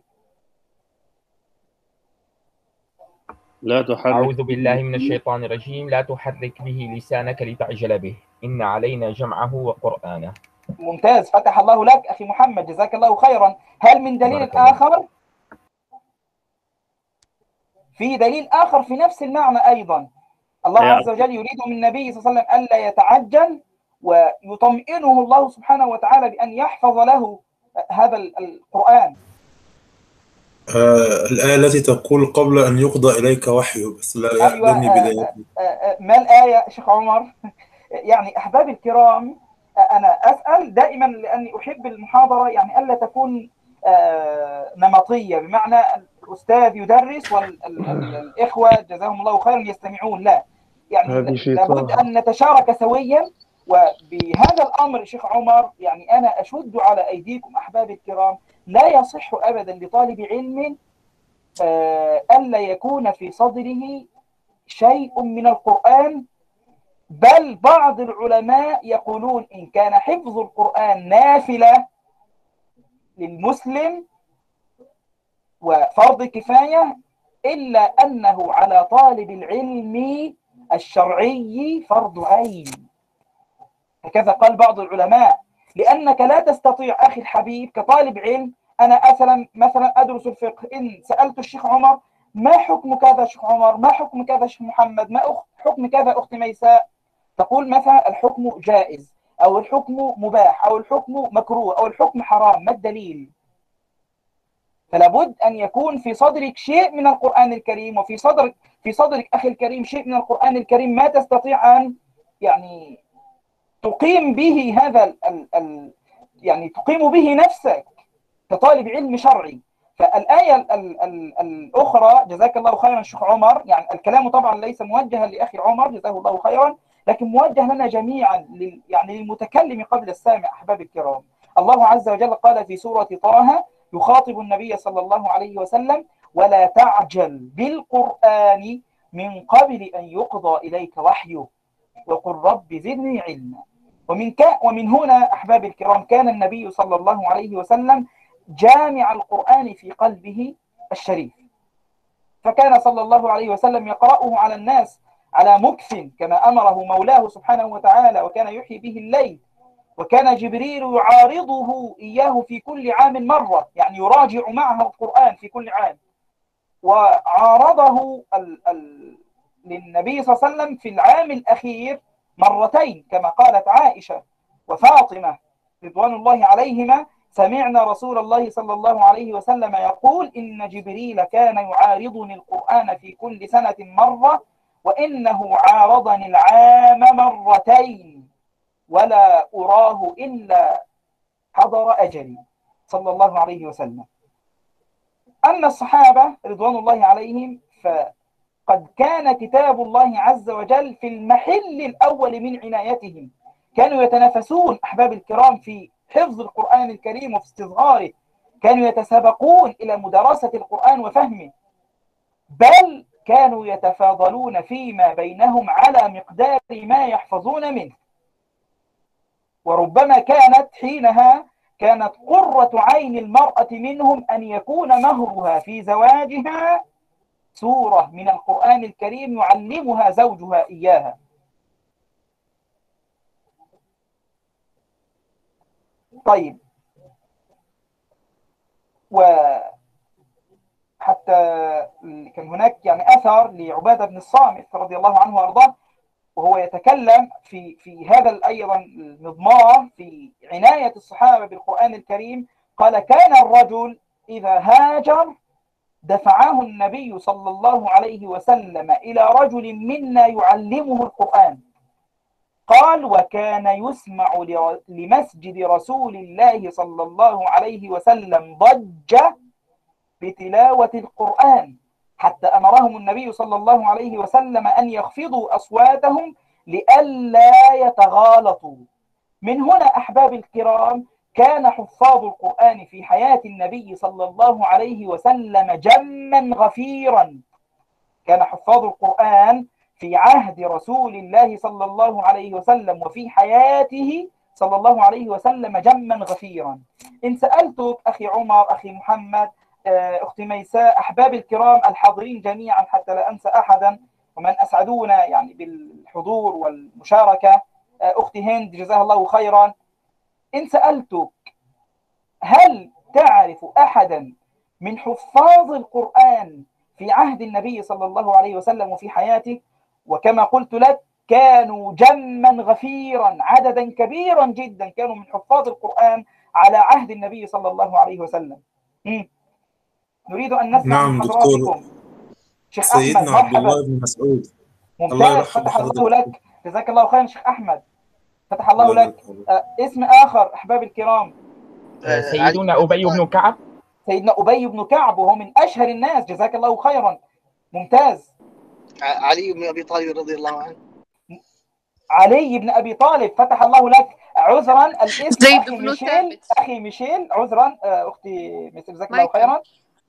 لا تحرك. أعوذ بالله من الشيطان الرجيم. لا تحرك به لسانك لتعجل به إن علينا جمعه وقرآنه. ممتاز، فتح الله لك أخي محمد، جزاك الله خيرا. هل من دليل آخر؟ في دليل آخر في نفس المعنى أيضا. الله عز وجل يريد من النبي صلى الله عليه وسلم ألا يتعجل، ويطمئنه الله سبحانه وتعالى بأن يحفظ له هذا القرآن. آه الآية التي تقول قبل أن يقضى إليك وحيه، بس لا يعلمني أيوة. بداية. آه آه ما الآية شيخ عمر؟ يعني أحباب الكرام، أنا أسأل دائما لأني أحب المحاضرة يعني ألا تكون آه نمطية، بمعنى الأستاذ يدرس والإخوة جزاهم الله خيرا يستمعون، لا، يعني لابد أن نتشارك سويا. وبهذا الأمر شيخ عمر يعني أنا أشد على أيديكم أحباب الكرام، لا يصح أبدا لطالب علم آه ألا يكون في صدره شيء من القرآن. بل بعض العلماء يقولون إن كان حفظ القرآن نافلة للمسلم وفرض كفاية، إلا أنه على طالب العلم الشرعي فرض عين. هكذا قال بعض العلماء، لأنك لا تستطيع أخي الحبيب كطالب علم. أنا مثلا مثلا أدرس الفقه، إن سألت الشيخ عمر ما حكم كذا شيخ عمر، ما حكم كذا شيخ محمد، ما حكم كذا أخت ميساء، تقول مثلا الحكم جائز أو الحكم مباح أو الحكم مكروه أو الحكم حرام، ما الدليل؟ فلابد أن يكون في صدرك شيء من القرآن الكريم، وفي صدرك في صدرك أخي الكريم شيء من القرآن الكريم ما تستطيع أن يعني تقيم به هذا ال ال يعني تقيم به نفسك كطالب علم شرعي. فالآية ال ال ال الأخرى جزاك الله خيرا شيخ عمر، يعني الكلام طبعا ليس موجها لأخي عمر جزاه الله خيرا، لكن موجه لنا جميعا لل يعني للمتكلم قبل السامع أحباب الكرام. الله عز وجل قال في سورة طه يخاطب النبي صلى الله عليه وسلم: ولا تعجل بالقرآن من قبل أن يقضى إليك وحيه وقل رب زدني علما. ومن, ومن هنا أحباب الكرام كان النبي صلى الله عليه وسلم جامع القرآن في قلبه الشريف، فكان صلى الله عليه وسلم يقرأه على الناس على مكث كما أمره مولاه سبحانه وتعالى، وكان يحيي به الليل، وكان جبريل يعارضه إياه في كل عام مرة، يعني يراجع معه القرآن في كل عام. وعارضه ال ال للنبي صلى الله عليه وسلم في العام الأخير مرتين كما قالت عائشة وفاطمة رضوان الله عليهما: سمعنا رسول الله صلى الله عليه وسلم يقول إن جبريل كان يعارضني القرآن في كل سنة مرة، وإنه عارضني العام مرتين ولا أراه إلا حضر أجلي صلى الله عليه وسلم. أما الصحابة رضوان الله عليهم فقد كان كتاب الله عز وجل في المحل الأول من عنايتهم، كانوا يتنافسون أحباب الكرام في حفظ القرآن الكريم وفي استصغاره، كانوا يتسابقون إلى مدارسة القرآن وفهمه، بل كانوا يتفاضلون فيما بينهم على مقدار ما يحفظون منه. وربما كانت حينها كانت قرة عين المرأة منهم أن يكون مهرها في زواجها سورة من القرآن الكريم يعلمها زوجها إياها. طيب، وحتى كان هناك يعني أثر لعبادة بن الصامت رضي الله عنه وأرضاه، وهو يتكلم في في هذا أيضا المضمار في عناية الصحابة بالقرآن الكريم. قال: كان الرجل إذا هاجر دفعه النبي صلى الله عليه وسلم إلى رجل منا يعلمه القرآن. قال: وكان يسمع لمسجد رسول الله صلى الله عليه وسلم ضجة بتلاوة القرآن، حتى أمرهم النبي صلى الله عليه وسلم أن يخفضوا أصواتهم لئلا يتغالطوا. من هنا أحباب الكرام كان حفاظ القرآن في حياة النبي صلى الله عليه وسلم جما غفيرا. كان حفاظ القرآن في عهد رسول الله صلى الله عليه وسلم وفي حياته صلى الله عليه وسلم جما غفيرا. إن سألتك أخي عمر، أخي محمد، أختي ميساء، أحباب الكرام الحاضرين جميعا حتى لا أنسى أحدا ومن أسعدونا يعني بالحضور والمشاركة، أختي هند جزاها الله خيرا، إن سألتك هل تعرف أحدا من حفاظ القرآن في عهد النبي صلى الله عليه وسلم وفي حياته؟ وكما قلت لك كانوا جما غفيرا، عددا كبيرا جدا كانوا من حفاظ القرآن على عهد النبي صلى الله عليه وسلم. م. نريد أن نسمع نعم من دكتور. حضراتكم. شيخ أحمد، سيدنا عبد مرحبا. الله بن مسعود. الله ممتاز، يرحب فتح الله بحضرتك. لك، جزاك الله خيرا شيخ أحمد، فتح الله الله لك. آه اسم آخر أحباب الكرام. سيدنا أبي بن كعب. سيدنا أبي بن كعب وهو من أشهر الناس، جزاك الله خيرا. ممتاز. علي بن أبي طالب رضي الله عنه. علي بن أبي طالب، فتح الله لك. عذرا الاسم زيد أخي بن ميشيل، ثابت. أخي ميشيل، عذرا أختي ميسل، جزاك الله مايكل. خيرا.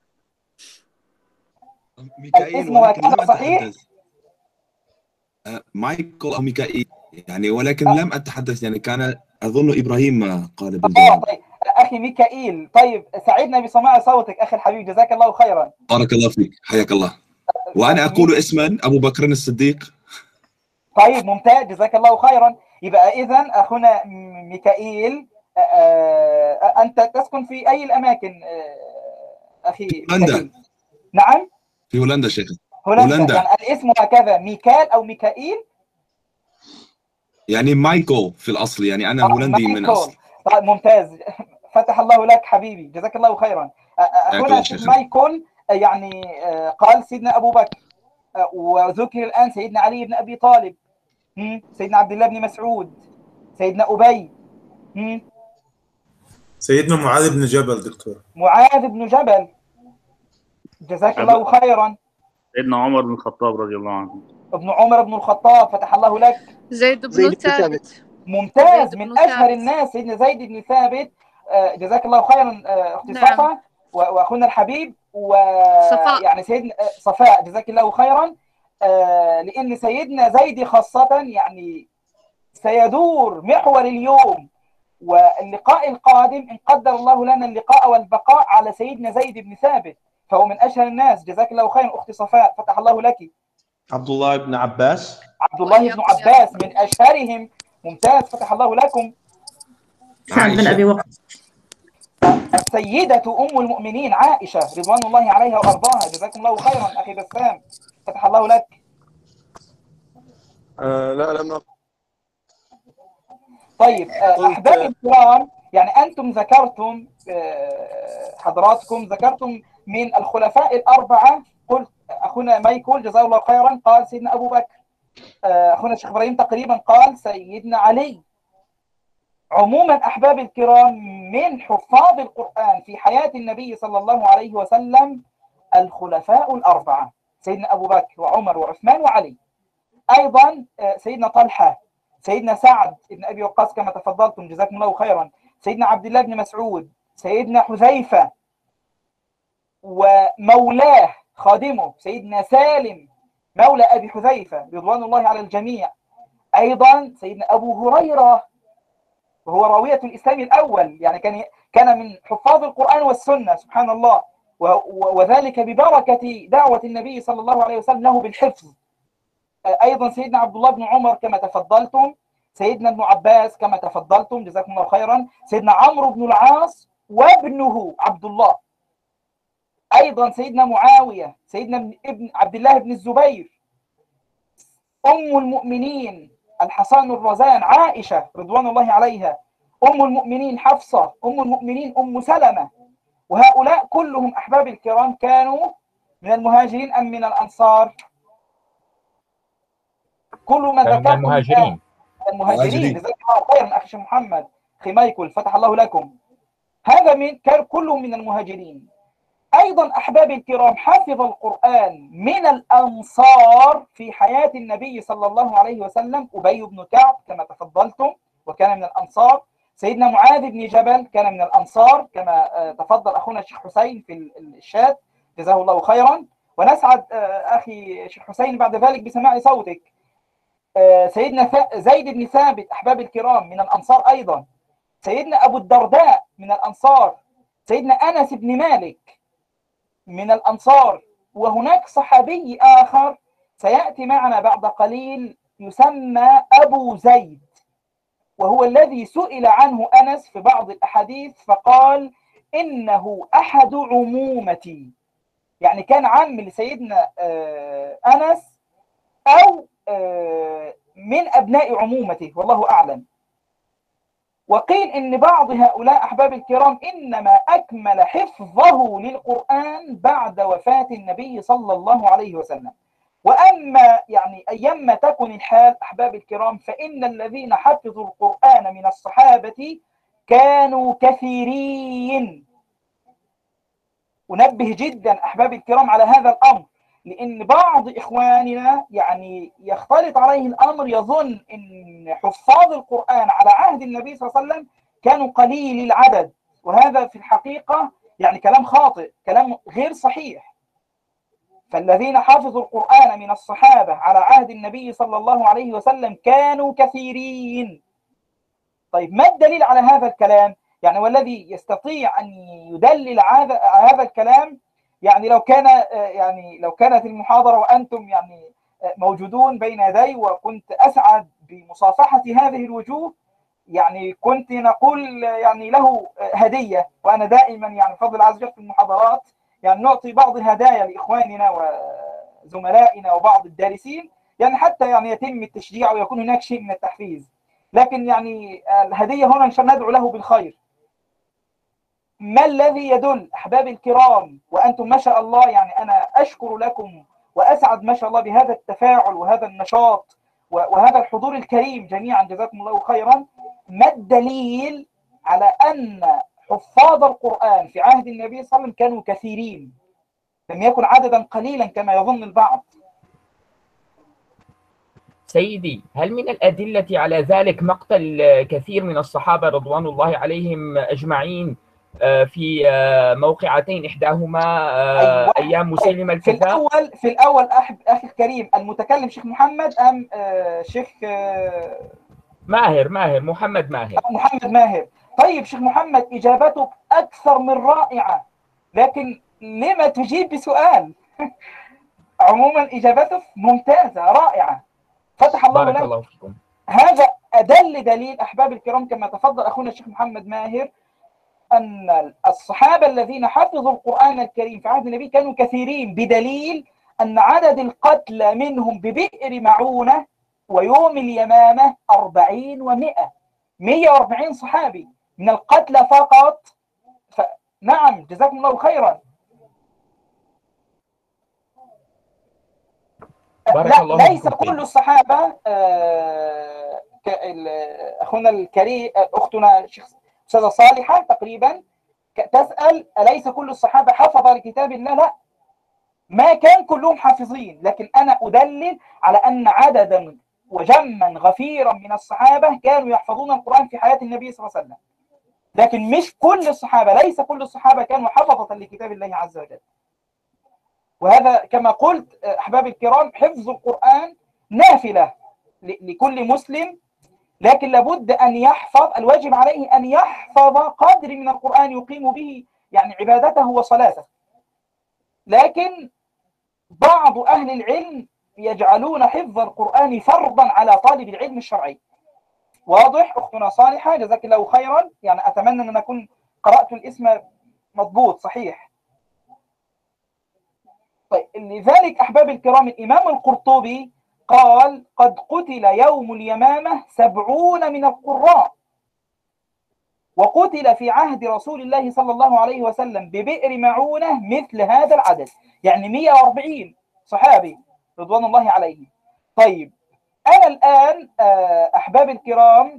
ميكائيل، الاسم ولكن هكذا لم صحيح؟ أتحدث. آه، مايكل أو ميكائيل يعني، ولكن لم أتحدث يعني، كان أظن إبراهيم قال آه بالجواب. طيب أخي ميكائيل. طيب سعدنا بسماع صوتك أخي الحبيب، جزاك الله خيرا. بارك الله فيك، حياك الله. وأنا أقول اسما أبو بكر الصديق. طيب ممتاز، جزاك الله خيرا. يبقى إذن أخونا ميكائيل، آه آه أنت تسكن في أي الأماكن آه أخي ميكائيل؟ نعم في هولندا شيخ. هولندا. هولندا. يعني الاسم هكذا ميكال أو ميكائيل؟ يعني مايكل في الأصل، يعني أنا آه هولندي من أصل. طيب ممتاز، فتح الله لك حبيبي، جزاك الله خيرا. أخونا سيد مايكل يعني قال سيدنا أبو بكر، وذكر الآن سيدنا علي بن أبي طالب، سيدنا عبد الله بن مسعود، سيدنا أبي، سيدنا معاذ بن جبل. دكتور معاذ بن جبل، جزاك الله خيرا. سيدنا عمر بن الخطاب رضي الله عنه. ابن عمر بن الخطاب، فتح الله لك. زيد بن ثابت. ممتاز، من أشهر الناس سيدنا زيد بن ثابت، جزاك الله خيرا أختي نعم. صفا وأخونا الحبيب ويعني سيدنا صفاء، جزاك الله خيرا. لأن سيدنا زيد خاصة يعني سيدور محور اليوم واللقاء القادم إن قدر الله لنا اللقاء والبقاء على سيدنا زيد بن ثابت، فهو من أشهر الناس، جزاك الله خيرا. أختي صفاء، فتح الله لك. عبد الله بن عباس. عبد الله بن عباس من أشهرهم، ممتاز، فتح الله لكم. سعد بن أبي وقاص. السيدة أم المؤمنين عائشة رضوان الله عليها وأرضاها، جزاكم الله خيرا. أخي بسام، فتح الله لك. آه لا لم. طيب أحبابي الكرام، يعني أنتم ذكرتم حضراتكم ذكرتم من الخلفاء الأربعة، قلت أخونا مايكل جزاه الله خيرا قال سيدنا أبو بكر، أخونا الشيخ إبراهيم تقريبا قال سيدنا علي، عموما أحباب الكرام، من حفاظ القرآن في حياة النبي صلى الله عليه وسلم الخلفاء الأربعة، سيدنا أبو بكر وعمر وعثمان وعلي. أيضا سيدنا طلحة، سيدنا سعد بن أبي وقاص كما تفضلتم جزاكم الله خيرا، سيدنا عبد الله بن مسعود، سيدنا حذيفة ومولاه خادمه سيدنا سالم مولى أبي حذيفة رضوان الله على الجميع. أيضا سيدنا أبو هريرة وهو راوية الإسلام الأول، يعني كان كان من حفاظ القرآن والسنة سبحان الله، وذلك ببركة دعوة النبي صلى الله عليه وسلم له بالحفظ. أيضا سيدنا عبد الله بن عمر كما تفضلتم، سيدنا ابن عباس كما تفضلتم جزاكم الله خيرا، سيدنا عمرو بن العاص وابنه عبد الله. أيضا سيدنا معاوية، سيدنا ابن عبد الله بن الزبير، أم المؤمنين الحصان الرزان عائشة رضوان الله عليها، أم المؤمنين حفصة، أم المؤمنين أم سلمة. وهؤلاء كلهم أحباب الكرام كانوا من المهاجرين أم من الأنصار؟ كل من ذكرتم المهاجرين المهاجرين جزاك الله خيرا أخي محمد أخي مايكل فتح الله لكم. هذا من كان كلهم من المهاجرين. أيضا أحباب الكرام حفظ القرآن من الأنصار في حياة النبي صلى الله عليه وسلم أبي بن كعب كما تفضلتم وكان من الأنصار، سيدنا معاذ بن جبل كان من الأنصار كما تفضل أخونا الشيخ حسين في الشات جزاه الله خيرا، ونسعد أخي الشيخ حسين بعد ذلك بسماع صوتك. سيدنا زيد بن ثابت أحباب الكرام من الأنصار أيضا، سيدنا أبو الدرداء من الأنصار، سيدنا أنس بن مالك من الأنصار. وهناك صحابي آخر سيأتي معنا بعد قليل يسمى أبو زيد، وهو الذي سئل عنه أنس في بعض الأحاديث فقال إنه أحد عمومتي، يعني كان عم لسيدنا أنس أو من أبناء عمومته والله أعلم. وقيل إن بعض هؤلاء أحباب الكرام إنما أكمل حفظه للقرآن بعد وفاة النبي صلى الله عليه وسلم. وأما يعني أيما تكن الحال أحباب الكرام فإن الذين حفظوا القرآن من الصحابة كانوا كثيرين. أنبه جدا أحباب الكرام على هذا الأمر، لأن بعض إخواننا يعني يختلط عليه الأمر يظن أن حفاظ القرآن على عهد النبي صلى الله عليه وسلم كانوا قليل العدد، وهذا في الحقيقة يعني كلام خاطئ، كلام غير صحيح. فالذين حفظوا القرآن من الصحابة على عهد النبي صلى الله عليه وسلم كانوا كثيرين. طيب ما الدليل على هذا الكلام؟ يعني والذي يستطيع أن يدلل هذا الكلام، يعني لو كان يعني لو كانت المحاضرة وأنتم يعني موجودون بين يدي وكنت أسعد بمصافحة هذه الوجوه، يعني كنت نقول يعني له هدية. وأنا دائما يعني بفضل الله عز وجل في المحاضرات يعني نعطي بعض الهدايا لإخواننا وزملائنا وبعض الدارسين، يعني حتى يعني يتم التشجيع ويكون هناك شيء من التحفيز. لكن يعني الهدية هنا إن شاء الله ندعو له بالخير. ما الذي يدل أحباب الكرام وأنتم ما شاء الله، يعني أنا أشكر لكم وأسعد ما شاء الله بهذا التفاعل وهذا النشاط وهذا الحضور الكريم جميعا جزاكم الله خيرا. ما الدليل على أن حفاظ القرآن في عهد النبي صلى الله عليه وسلم كانوا كثيرين، لم يكن عددا قليلا كما يظن البعض؟ سيدي، هل من الأدلة على ذلك مقتل كثير من الصحابة رضوان الله عليهم أجمعين في موقعتين إحداهما أيوة. أيام مسيلمة الكذاب؟ في الأول في الأول أحب أخي الكريم المتكلم شيخ محمد أم شيخ ماهر ماهر محمد ماهر محمد ماهر. طيب شيخ محمد إجابتك أكثر من رائعة، لكن لما تجيب بسؤال؟ عموما إجابتك ممتازة رائعة فتح الله بارك لك. الله فيكم. هذا أدل دليل أحباب الكرام كما تفضل أخونا الشيخ محمد ماهر أن الصحابة الذين حفظوا القرآن الكريم في عهد النبي كانوا كثيرين، بدليل أن عدد القتلى منهم ببئر معونة ويوم اليمامة أربعين ومئة مئة وأربعين صحابي من القتلى فقط. ف... نعم جزاكم الله خيرا. بارك لا الله ليس كل الصحابة أخونا الكريم أختنا أستاذة صالحة تقريبا تسأل أليس كل الصحابة حفظ لكتاب الله؟ لا، ما كان كلهم حافظين، لكن أنا أدلل على أن عددا وجما غفيرا من الصحابة كانوا يحفظون القرآن في حياة النبي صلى الله عليه وسلم، لكن مش كل الصحابة، ليس كل الصحابة كانوا حفظة لكتاب الله عز وجل. وهذا كما قلت أحباب الكرام، حفظ القرآن نافلة لكل مسلم، لكن لابد أن يحفظ، الواجب عليه أن يحفظ قدر من القرآن يقيم به يعني عبادته وصلاته. لكن بعض أهل العلم يجعلون حفظ القرآن فرضا على طالب العلم الشرعي. واضح أختنا صالحة؟ جزاك الله خيرا، يعني أتمنى أن أكون قرأت الاسم مضبوط صحيح. طيب، لذلك أحباب الكرام الإمام القرطبي قال قد قتل يوم اليمامة سبعون من القراء، وقتل في عهد رسول الله صلى الله عليه وسلم ببئر معونة مثل هذا العدد، يعني مئة وأربعين صحابي رضوان الله عليهم. طيب، أنا الآن أحباب الكرام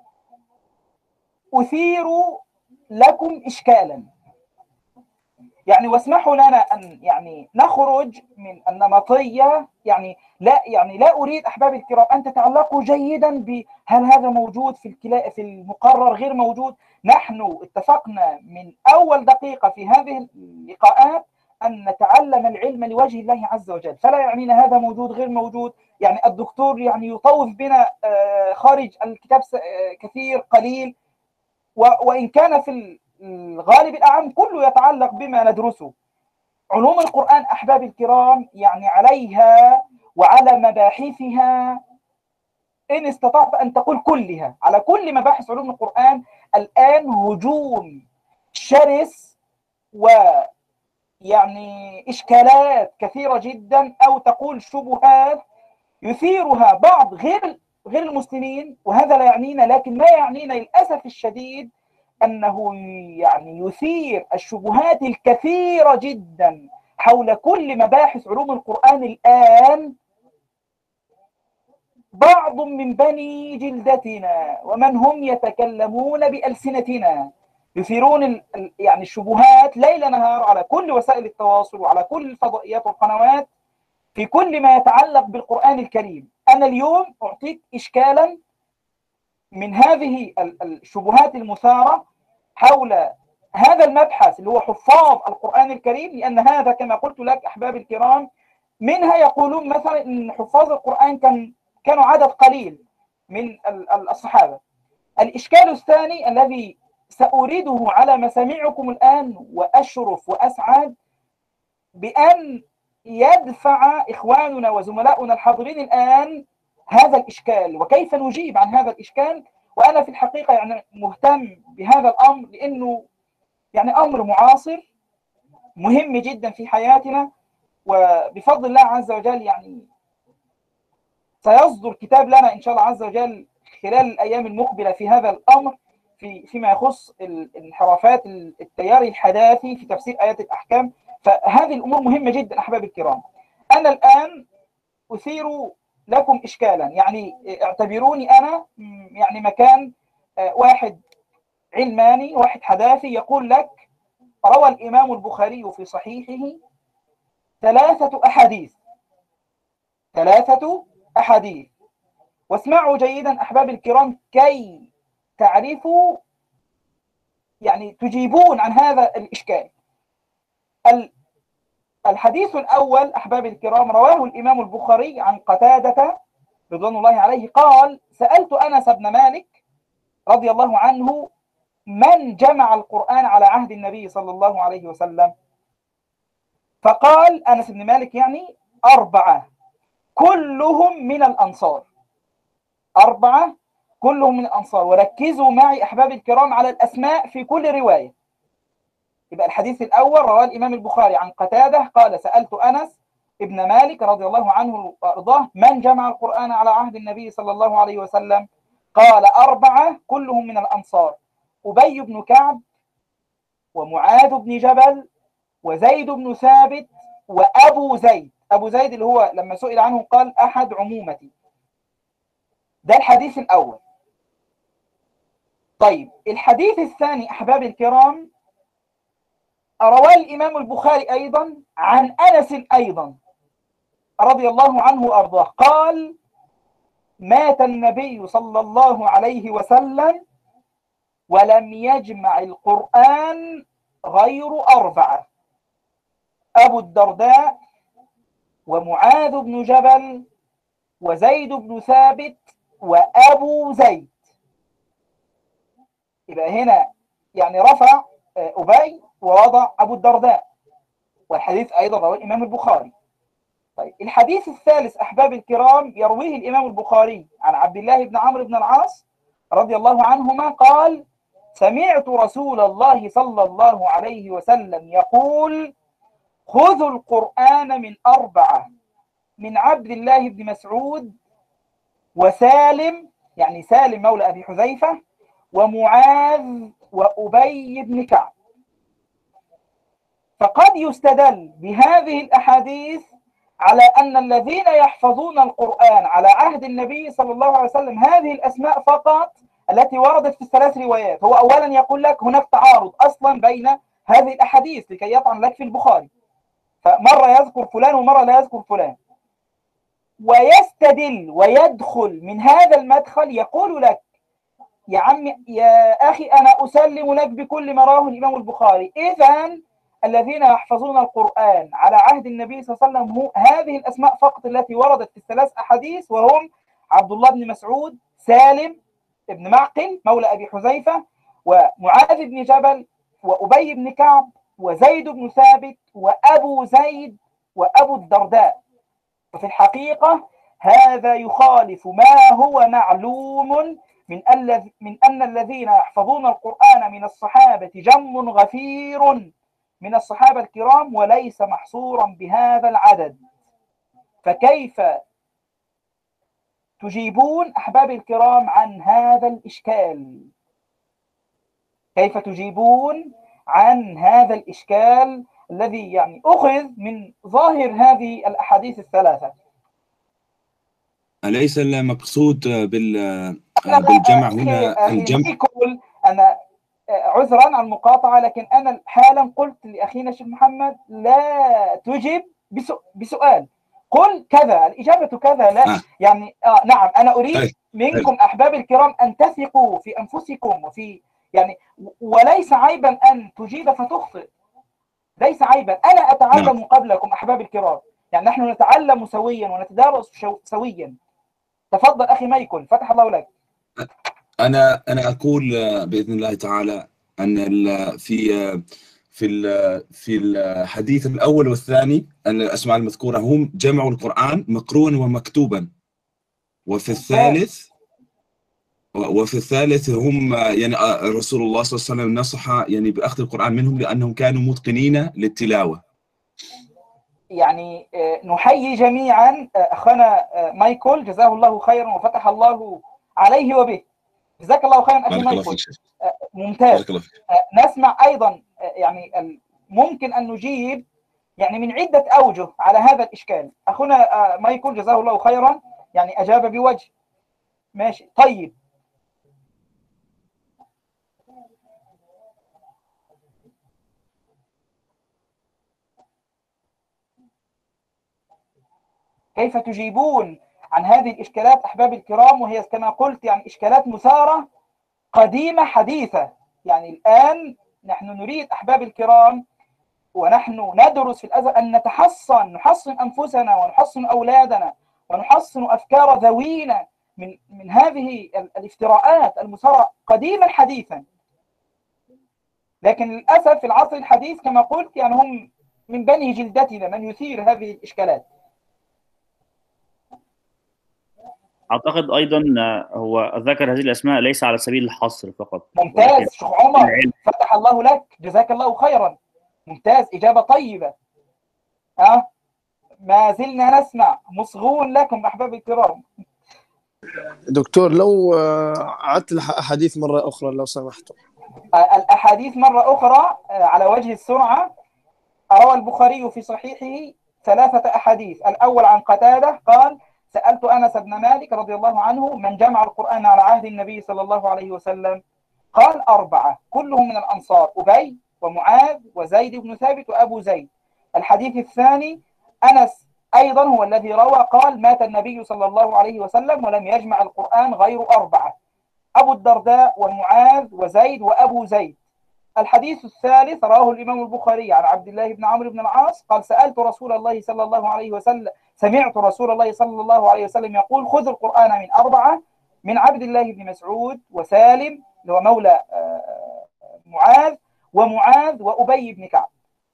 أثير لكم إشكالا، يعني واسمحوا لنا أن يعني نخرج من النمطية، يعني لا يعني لا أريد أحباب الكرام أن تتعلقوا جيدا بهل هذا موجود في الكلا في المقرر غير موجود. نحن اتفقنا من أول دقيقة في هذه اللقاءات أن نتعلم العلم لوجه الله عز وجل، فلا يعنينا هذا موجود غير موجود. يعني الدكتور يعني يطوف بنا خارج الكتاب كثير قليل، وإن كان في الغالب الأعم كله يتعلق بما ندرسه. علوم القرآن أحباب الكرام يعني عليها وعلى مباحثها، إن استطعت أن تقول كلها، على كل مباحث علوم القرآن الآن هجوم شرس ويعني إشكالات كثيرة جدا، أو تقول شبهات يثيرها بعض غير غير المسلمين، وهذا لا يعنينا، لكن ما يعنينا للأسف الشديد أنه يعني يثير الشبهات الكثيرة جدا حول كل مباحث علوم القرآن الآن بعض من بني جلدتنا ومن هم يتكلمون بألسنتنا، يثيرون يعني الشبهات ليل نهار على كل وسائل التواصل وعلى كل الفضائيات والقنوات في كل ما يتعلق بالقرآن الكريم. أنا اليوم أعطيك إشكالا من هذه الشبهات المثارة حول هذا المبحث اللي هو حفاظ القرآن الكريم، لأن هذا كما قلت لك أحباب الكرام منها يقولون مثلا أن حفاظ القرآن كان كانوا عدد قليل من الصحابة. الإشكال الثاني الذي سأريده على مسامعكم الآن، وأشرف وأسعد بأن يدفع إخواننا وزملاؤنا الحاضرين الآن هذا الإشكال، وكيف نجيب عن هذا الإشكال. وأنا في الحقيقة يعني مهتم بهذا الأمر، لأنه يعني أمر معاصر مهم جدا في حياتنا، وبفضل الله عز وجل يعني سيصدر كتاب لنا إن شاء الله عز وجل خلال الأيام المقبلة في هذا الأمر، في فيما يخص الانحرافات التيار الحداثي في تفسير آيات الأحكام. فهذه الأمور مهمة جدا أحباب الكرام. أنا الآن أثير لكم إشكالا، يعني اعتبروني أنا يعني مكان واحد علماني واحد حداثي يقول لك روى الإمام البخاري في صحيحه ثلاثة أحاديث ثلاثة أحاديث واسمعوا جيدا أحباب الكرام كي تعرفوا يعني تجيبون عن هذا الإشكال. الحديث الأول أحباب الكرام رواه الإمام البخاري عن قتادة رضوان الله عليه قال سألت أنس بن مالك رضي الله عنه من جمع القرآن على عهد النبي صلى الله عليه وسلم؟ فقال أنس بن مالك يعني أربعة كلهم من الأنصار، أربعة كلهم من الأنصار. وركزوا معي أحباب الكرام على الأسماء في كل رواية. يبقى الحديث الأول رواه الإمام البخاري عن قتادة قال سألت أنس ابن مالك رضي الله عنه وأرضاه من جمع القرآن على عهد النبي صلى الله عليه وسلم؟ قال أربعة كلهم من الأنصار، أبي بن كعب ومعاذ بن جبل وزيد بن ثابت وأبو زيد. أبو زيد اللي هو لما سئل عنه قال أحد عمومتي. ده الحديث الأول. طيب الحديث الثاني أحبابي الكرام رواه الإمام البخاري أيضا عن أنس أيضا رضي الله عنه وأرضاه قال: مات النبي صلى الله عليه وسلم ولم يجمع القرآن غير أربعة: أبو الدرداء ومعاذ بن جبل وزيد بن ثابت وأبو زيد. يبقى هنا يعني رفع أبي ووضع أبو الدرداء، والحديث أيضا رواه الإمام البخاري. طيب الحديث الثالث أحباب الكرام يرويه الإمام البخاري عن عبد الله بن عمرو بن العاص رضي الله عنهما قال: سمعت رسول الله صلى الله عليه وسلم يقول: خذوا القرآن من أربعة: من عبد الله بن مسعود وسالم، يعني سالم مولى أبي حذيفة، ومعاذ وأبي بن كعب. فقد يستدل بهذه الأحاديث على أن الذين يحفظون القرآن على عهد النبي صلى الله عليه وسلم هذه الأسماء فقط التي وردت في الثلاث روايات. هو أولا يقول لك هناك تعارض أصلا بين هذه الأحاديث لكي يطعن لك في البخاري، فمرة يذكر فلان ومرة لا يذكر فلان، ويستدل ويدخل من هذا المدخل يقول لك: يا عم يا أخي أنا أسلم لك بكل ما رواه الإمام البخاري، إذن الذين يحفظون القرآن على عهد النبي صلى الله عليه وسلم هذه الأسماء فقط التي وردت في الثلاث أحاديث، وهم عبد الله بن مسعود، سالم ابن معقل مولى أبي حذيفة، ومعاذ بن جبل، وأبي بن كعب، وزيد بن ثابت، وأبو زيد، وأبو الدرداء. وفي الحقيقة هذا يخالف ما هو معلوم من من أن الذين يحفظون القرآن من الصحابة جم غفير من الصحابة الكرام وليس محصورا بهذا العدد. فكيف تجيبون أحبابي الكرام عن هذا الإشكال؟ كيف تجيبون عن هذا الإشكال الذي يعني أخذ من ظاهر هذه الأحاديث الثلاثة؟ أليس المقصود بال بالجمع هنا الجمع؟ يقول أنا عذرا عن المقاطعة، لكن أنا حالا قلت لأخينا الشيخ محمد لا تجب بسؤال، قل كذا الإجابة كذا، لا آه. يعني آه نعم أنا أريد طيب. منكم طيب. أحبابي الكرام أن تثقوا في أنفسكم وفي يعني، وليس عيبا أن تجيب فتخطئ، ليس عيبا. أنا أتعلم نعم. قبلكم أحبابي الكرام، يعني نحن نتعلم سويا ونتدارس سويا. تفضل أخي مايكل، فتح الله لك. أنا أنا أقول بإذن الله تعالى أن في في في الحديث الأول والثاني الأسماء المذكورة هم جمعوا القرآن مقروءا ومكتوبا، وفي الثالث وفي الثالث هم يعني رسول الله صلى الله عليه وسلم نصح يعني بأخذ القرآن منهم لأنهم كانوا متقنين للتلاوة. يعني نحيي جميعا أخانا مايكل، جزاه الله خيرا وفتح الله عليه وبه. جزاك الله خيرا أخي مايكل، ممتاز. نسمع أيضا يعني ممكن أن نجيب يعني من عدة أوجه على هذا الإشكال. أخونا مايكل جزاه الله خيرا يعني أجاب بوجه، ماشي. طيب كيف تجيبون عن هذه الإشكالات أحبابي الكرام، وهي كما قلت يعني إشكالات مثارة قديمة حديثة. يعني الآن نحن نريد أحبابي الكرام ونحن ندرس في الأزل أن نتحصن، نحصن أنفسنا ونحصن أولادنا ونحصن أفكار ذوينا من من هذه الافتراءات المثارة قديما حديثا. لكن للأسف في العصر الحديث كما قلت يعني هم من بني جلدتنا من يثير هذه الإشكالات. أعتقد أيضا هو ذكر هذه الأسماء ليس على سبيل الحصر فقط. ممتاز شيخ عمر، فتح الله لك، جزاك الله خيرا، ممتاز، إجابة طيبة. أه؟ ما زلنا نسمع، مصغون لكم أحبابي الكرام. دكتور لو عدت الأحاديث مرة أخرى لو سمحتوا. الأحاديث مرة أخرى على وجه السرعة. روى البخاري في صحيحه ثلاثة أحاديث. الأول عن قتادة قال: سألت أنس بن مالك رضي الله عنه من جمع القرآن على عهد النبي صلى الله عليه وسلم؟ قال أربعة كلهم من الأنصار، أبي ومعاذ وزيد بن ثابت وأبو زيد. الحديث الثاني أنس أيضا هو الذي روى قال مات النبي صلى الله عليه وسلم ولم يجمع القرآن غير أربعة، أبو الدرداء ومعاذ وزيد وأبو زيد. الحديث الثالث رواه الإمام البخاري عن عبد الله بن عمرو بن العاص قال سألت رسول الله صلى الله عليه وسلم سمعت رسول الله صلى الله عليه وسلم يقول خذ القرآن من أربعة، من عبد الله بن مسعود وسالم اللي هو مولى معاذ ومعاذ وأبي بن كعب.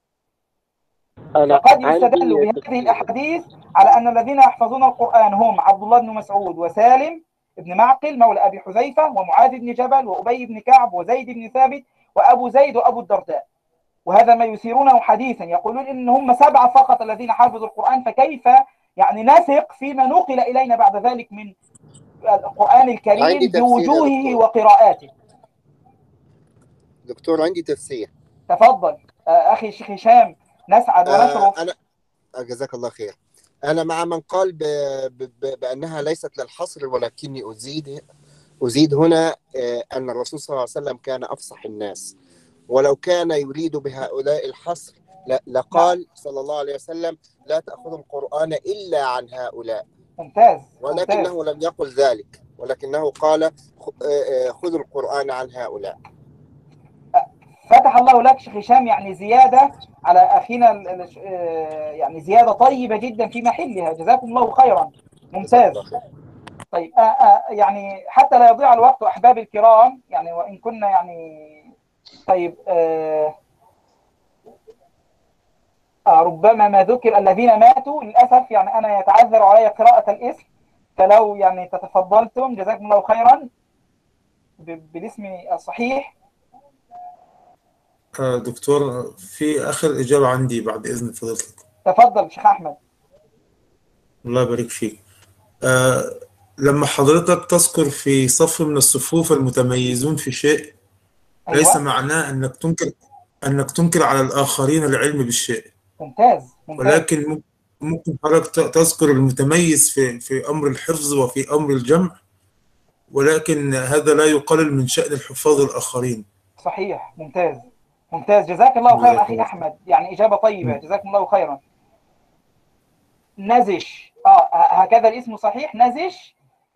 فقد يستدل بهذه الأحاديث على أن الذين يحفظون القرآن هم عبد الله بن مسعود وسالم بن معقل مولى أبي حذيفة ومعاذ بن جبل وأبي بن كعب وزيد بن ثابت وأبو زيد وأبو الدرداء. وهذا ما يثيرونه حديثا، يقولون إن هم سبعة فقط الذين حفظوا القرآن، فكيف يعني نثق فيما نقل إلينا بعد ذلك من القرآن الكريم بوجوهه وقراءاته؟ دكتور عندي تفسير. تفضل أخي الشيخ هشام، نسعد ونشرف. آه أنا جزاك الله خير. أنا مع من قال ب... ب... بأنها ليست للحصر، ولكني أزيد أزيد هنا أن الرسول صلى الله عليه وسلم كان أفصح الناس، ولو كان يريد بهؤلاء الحصر لقال صلى الله عليه وسلم لا تأخذوا القرآن إلا عن هؤلاء. ممتاز. ولكنه ممتاز. لم يقل ذلك، ولكنه قال خذوا القرآن عن هؤلاء. فتح الله لك شيخ هشام، يعني زيادة على أخينا، يعني زيادة طيبة جدا في محلها، جزاكم الله خيرا. ممتاز. طيب آآ آآ يعني حتى لا يضيع الوقت أحباب الكرام، يعني وإن كنا يعني طيب آآ ربما ما ذكر الذين ماتوا للأسف، يعني أنا يتعذر علي قراءة الاسم، فلو يعني تتفضلتم جزاكم الله خيرا بالاسم الصحيح. دكتور في آخر إجابة عندي بعد إذن فضيلتك. تفضل شيخ أحمد. الله يبارك فيك. أه لما حضرتك تذكر في صف من الصفوف المتميزون في شيء، أيوة. ليس معناه أنك تنكر أنك تنكر على الآخرين العلم بالشيء. ممتاز. ممتاز. ولكن ممكن حضرتك تذكر المتميز في في أمر الحفظ وفي أمر الجمع، ولكن هذا لا يقلل من شأن الحفاظ الآخرين. صحيح. ممتاز. ممتاز. جزاك الله خيرا أخي أحمد، يعني إجابة طيبة، جزاكم الله خيرا. نزش، آه هكذا الاسم صحيح، نزش.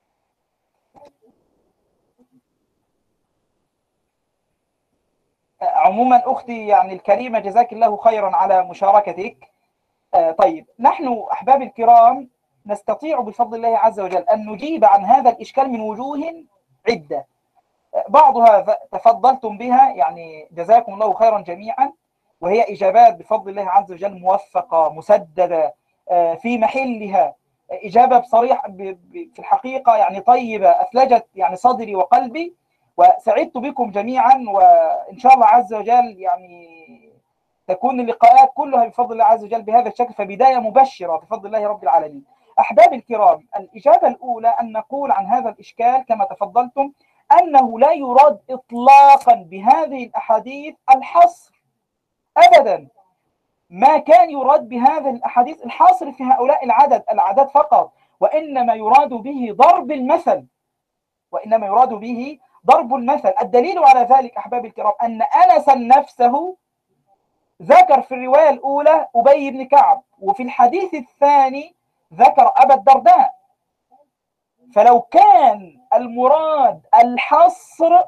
عموما أختي يعني الكريمة جزاك الله خيرا على مشاركتك. آه طيب نحن أحباب الكرام نستطيع بفضل الله عز وجل أن نجيب عن هذا الإشكال من وجوه عدة، بعضها تفضلتم بها، يعني جزاكم الله خيرا جميعا، وهي إجابات بفضل الله عز وجل موفقة مسددة في محلها، إجابة بصريح في الحقيقة يعني طيبة، أثلجت يعني صدري وقلبي، وسعدت بكم جميعا، وإن شاء الله عز وجل يعني تكون اللقاءات كلها بفضل الله عز وجل بهذا الشكل، فبداية مبشرة بفضل الله رب العالمين. أحباب الكرام، الإجابة الأولى أن نقول عن هذا الإشكال كما تفضلتم أنه لا يراد إطلاقا بهذه الأحاديث الحصر أبدا. ما كان يراد بهذه الأحاديث الحصر في هؤلاء العدد العدد فقط، وإنما يراد به ضرب المثل، وإنما يراد به ضرب المثل. الدليل على ذلك أحباب الكرام أن أنس نفسه ذكر في الرواية الأولى أبي بن كعب، وفي الحديث الثاني ذكر أبا الدرداء. فلو كان المراد الحصر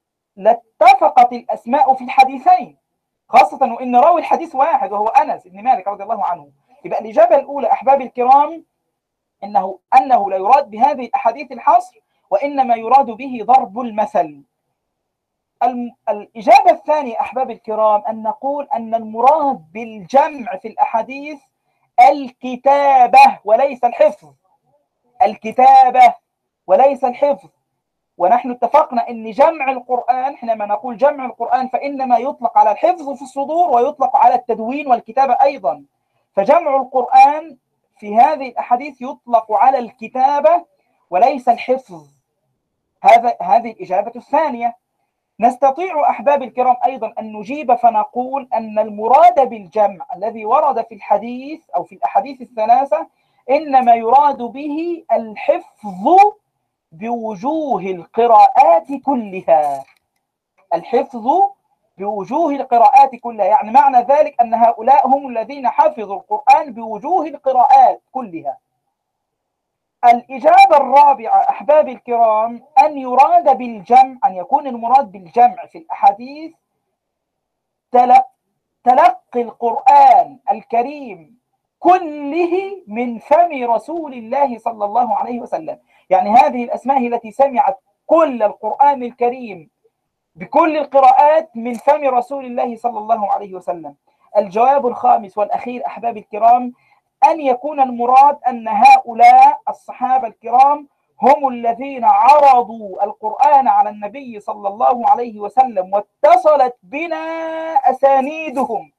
لاتفقت الأسماء في الحديثين، خاصة وإن راوي الحديث واحد وهو أنس بن مالك رضي الله عنه. يبقى الإجابة الأولى أحباب الكرام إنه أنه لا يراد بهذه الأحاديث الحصر، وإنما يراد به ضرب المثل. الإجابة الثانية أحباب الكرام أن نقول أن المراد بالجمع في الأحاديث الكتابة وليس الحفظ، الكتابة وليس الحفظ. ونحن اتفقنا أن جمع القرآن، حينما نقول جمع القرآن فإنما يطلق على الحفظ في الصدور ويطلق على التدوين والكتابة أيضا. فجمع القرآن في هذه الأحاديث يطلق على الكتابة وليس الحفظ. هذا هذه الإجابة الثانية. نستطيع أحباب الكرام أيضا أن نجيب فنقول أن المراد بالجمع الذي ورد في الحديث أو في الأحاديث الثلاثة إنما يراد به الحفظ بوجوه القراءات كلها. الحفظ بوجوه القراءات كلها، يعني معنى ذلك أن هؤلاء هم الذين حفظوا القرآن بوجوه القراءات كلها. الإجابة الرابعة أحبابي الكرام أن يراد بالجمع، أن يكون المراد بالجمع في الأحاديث تلقي القرآن الكريم كله من فم رسول الله صلى الله عليه وسلم. يعني هذه الأسماء التي سمعت كل القرآن الكريم بكل القراءات من فم رسول الله صلى الله عليه وسلم. الجواب الخامس والأخير أحبابي الكرام أن يكون المراد أن هؤلاء الصحابة الكرام هم الذين عرضوا القرآن على النبي صلى الله عليه وسلم واتصلت بنا أسانيدهم،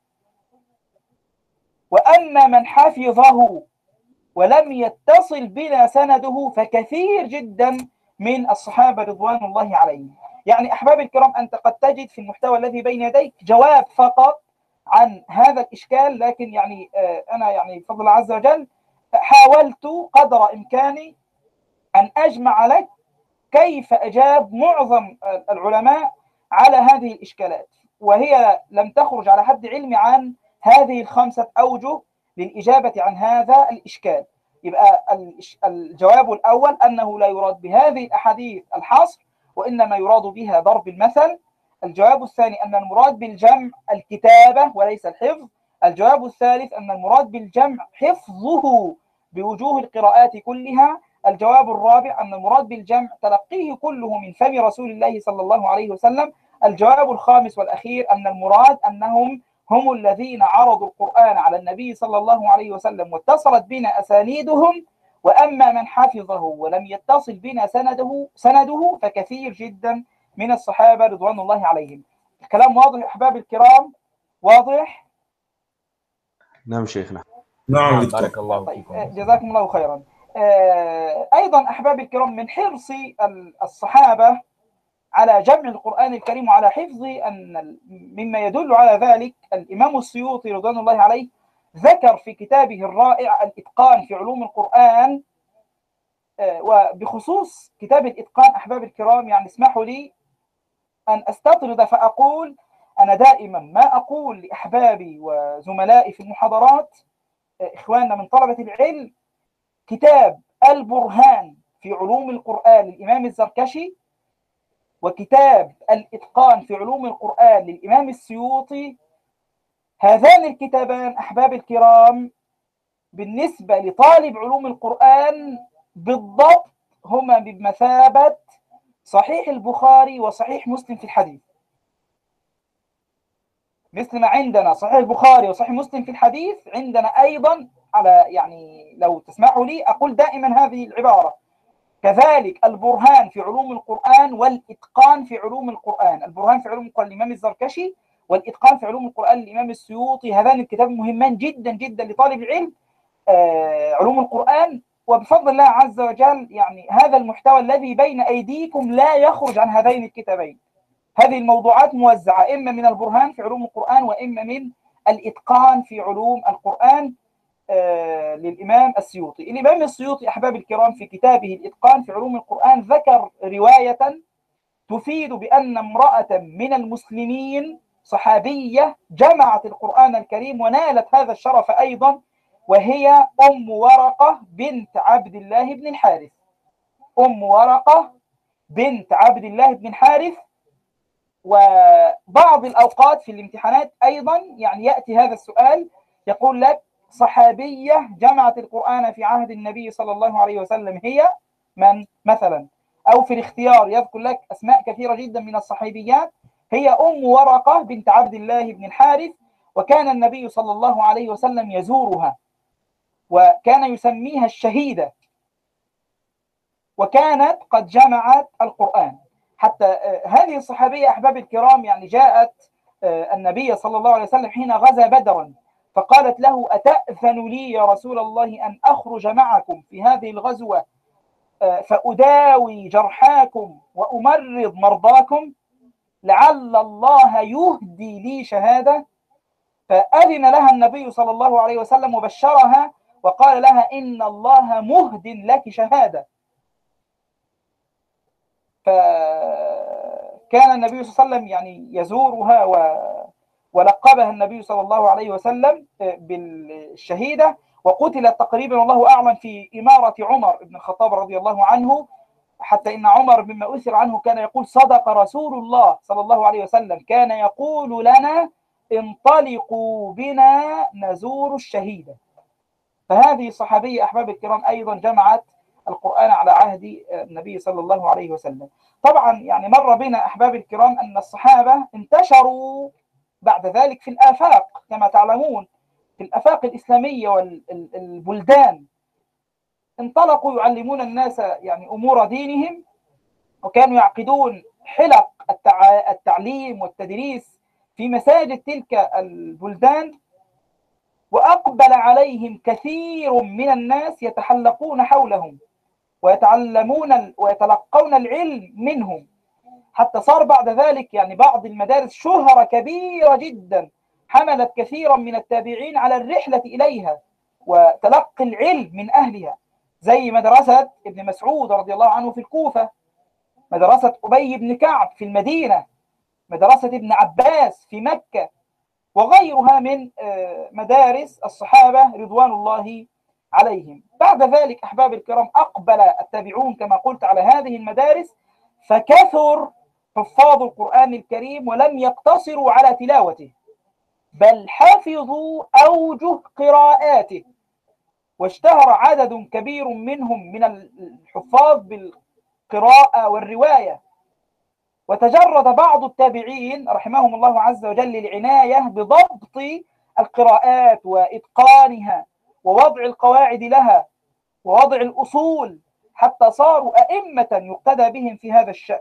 وأما من حفظه ولم يتصل بنا سنده فكثير جدا من الصحابة رضوان الله عليهم. يعني أحبابي الكرام أنت قد تجد في المحتوى الذي بين يديك جواب فقط عن هذا الإشكال، لكن يعني أنا يعني بفضل الله عز وجل حاولت قدر إمكاني أن أجمع لك كيف أجاب معظم العلماء على هذه الإشكالات، وهي لم تخرج على حد علمي عن هذه الخمسة أوجه للإجابة عن هذا الإشكال. يبقى الجواب الأول أنه لا يراد بهذه الأحاديث الحصر، وإنما يراد بها ضرب المثل. الجواب الثاني أن المراد بالجمع الكتابة وليس الحفظ. الجواب الثالث أن المراد بالجمع حفظه بوجوه القراءات كلها. الجواب الرابع أن المراد بالجمع تلقيه كله من فم رسول الله صلى الله عليه وسلم. الجواب الخامس والأخير أن المراد أنهم هم الذين عرضوا القرآن على النبي صلى الله عليه وسلم واتصلت بنا أسانيدهم، وأما من حفظه ولم يتصل بنا سنده سنده فكثير جدا من الصحابة رضوان الله عليهم. الكلام واضح أحباب الكرام؟ واضح؟ نعم شيخنا. نعم بارك الله فيكم. جزاكم الله خيرا. أيضا أحباب الكرام من حرص الصحابة على جمع القرآن الكريم وعلى حفظه أن مما يدل على ذلك الإمام السيوطي رضوان الله عليه ذكر في كتابه الرائع الإتقان في علوم القرآن. وبخصوص كتاب الإتقان أحباب الكرام يعني اسمحوا لي أن أستطرد فأقول أنا دائما ما أقول لأحبابي وزملائي في المحاضرات إخواننا من طلبة العلم كتاب البرهان في علوم القرآن للإمام الزركشي وكتاب الإتقان في علوم القرآن للإمام السيوطي، هذان الكتابان أحباب الكرام بالنسبة لطالب علوم القرآن بالضبط هما بمثابة صحيح البخاري وصحيح مسلم في الحديث. مثل ما عندنا صحيح البخاري وصحيح مسلم في الحديث عندنا أيضا، على يعني لو تسمحوا لي أقول دائما هذه العبارة، كذلك البرهان في علوم القرآن والإتقان في علوم القرآن. البرهان في علوم القرآن للإمام الزركشي والإتقان في علوم القرآن للإمام السيوطي. هذان الكتاب مهمان جدا جدا لطالب العلم آه علوم القرآن، وبفضل الله عز وجل يعني هذا المحتوى الذي بين أيديكم لا يخرج عن هذين الكتابين. هذه الموضوعات موزعة إما من البرهان في علوم القرآن وإما من الإتقان في علوم القرآن آه للإمام السيوطي. الإمام السيوطي أحباب الكرام في كتابه الإتقان في علوم القرآن ذكر رواية تفيد بأن امرأة من المسلمين صحابية جمعت القرآن الكريم ونالت هذا الشرف أيضا، وهي أم ورقة بنت عبد الله بن الحارث. أم ورقة بنت عبد الله بن الحارث. وبعض الأوقات في الامتحانات أيضا يعني يأتي هذا السؤال يقول لك صحابية جمعت القرآن في عهد النبي صلى الله عليه وسلم هي من مثلا، أو في الاختيار يذكر لك أسماء كثيرة جدا من الصحابيات. هي أم ورقة بنت عبد الله بن الحارث، وكان النبي صلى الله عليه وسلم يزورها وكان يسميها الشهيدة، وكانت قد جمعت القرآن. حتى هذه الصحابية أحباب الكرام يعني جاءت النبي صلى الله عليه وسلم حين غزا بدرا فقالت له أتأذن لي يا رسول الله أن أخرج معكم في هذه الغزوة فأداوي جرحاكم وأمرض مرضاكم لعل الله يهدي لي شهادة؟ فأذن لها النبي صلى الله عليه وسلم وبشرها وقال لها إن الله مهد لك شهادة. فكان النبي صلى الله عليه وسلم يعني يزورها و ولقبها النبي صلى الله عليه وسلم بالشهيدة، وقتلت تقريبا والله أعلم في إمارة عمر بن الخطاب رضي الله عنه، حتى إن عمر مما أثر عنه كان يقول صدق رسول الله صلى الله عليه وسلم، كان يقول لنا انطلقوا بنا نزور الشهيدة. فهذه الصحابية أحباب الكرام أيضا جمعت القرآن على عهد النبي صلى الله عليه وسلم. طبعا يعني مر بنا أحباب الكرام أن الصحابة انتشروا بعد ذلك في الآفاق كما تعلمون، في الآفاق الإسلامية والبلدان، انطلقوا يعلمون الناس يعني أمور دينهم، وكانوا يعقدون حلق التعليم والتدريس في مساجد تلك البلدان، وأقبل عليهم كثير من الناس يتحلقون حولهم ويتعلمون ويتلقون العلم منهم، حتى صار بعد ذلك يعني بعض المدارس شهرة كبيرة جدا حملت كثيرا من التابعين على الرحلة إليها وتلقي العلم من أهلها، زي مدرسة ابن مسعود رضي الله عنه في الكوفة، مدرسة أبي بن كعب في المدينة، مدرسة ابن عباس في مكة، وغيرها من مدارس الصحابة رضوان الله عليهم. بعد ذلك أحباب الكرام أقبل التابعون كما قلت على هذه المدارس، فكثر حفاظ القرآن الكريم ولم يقتصروا على تلاوته، بل حفظوا أوجه قراءاته، واشتهر عدد كبير منهم من الحفاظ بالقراءة والرواية. وتجرد بعض التابعين رحمهم الله عز وجل العناية بضبط القراءات وإتقانها ووضع القواعد لها ووضع الأصول، حتى صاروا أئمة يقتدى بهم في هذا الشأن.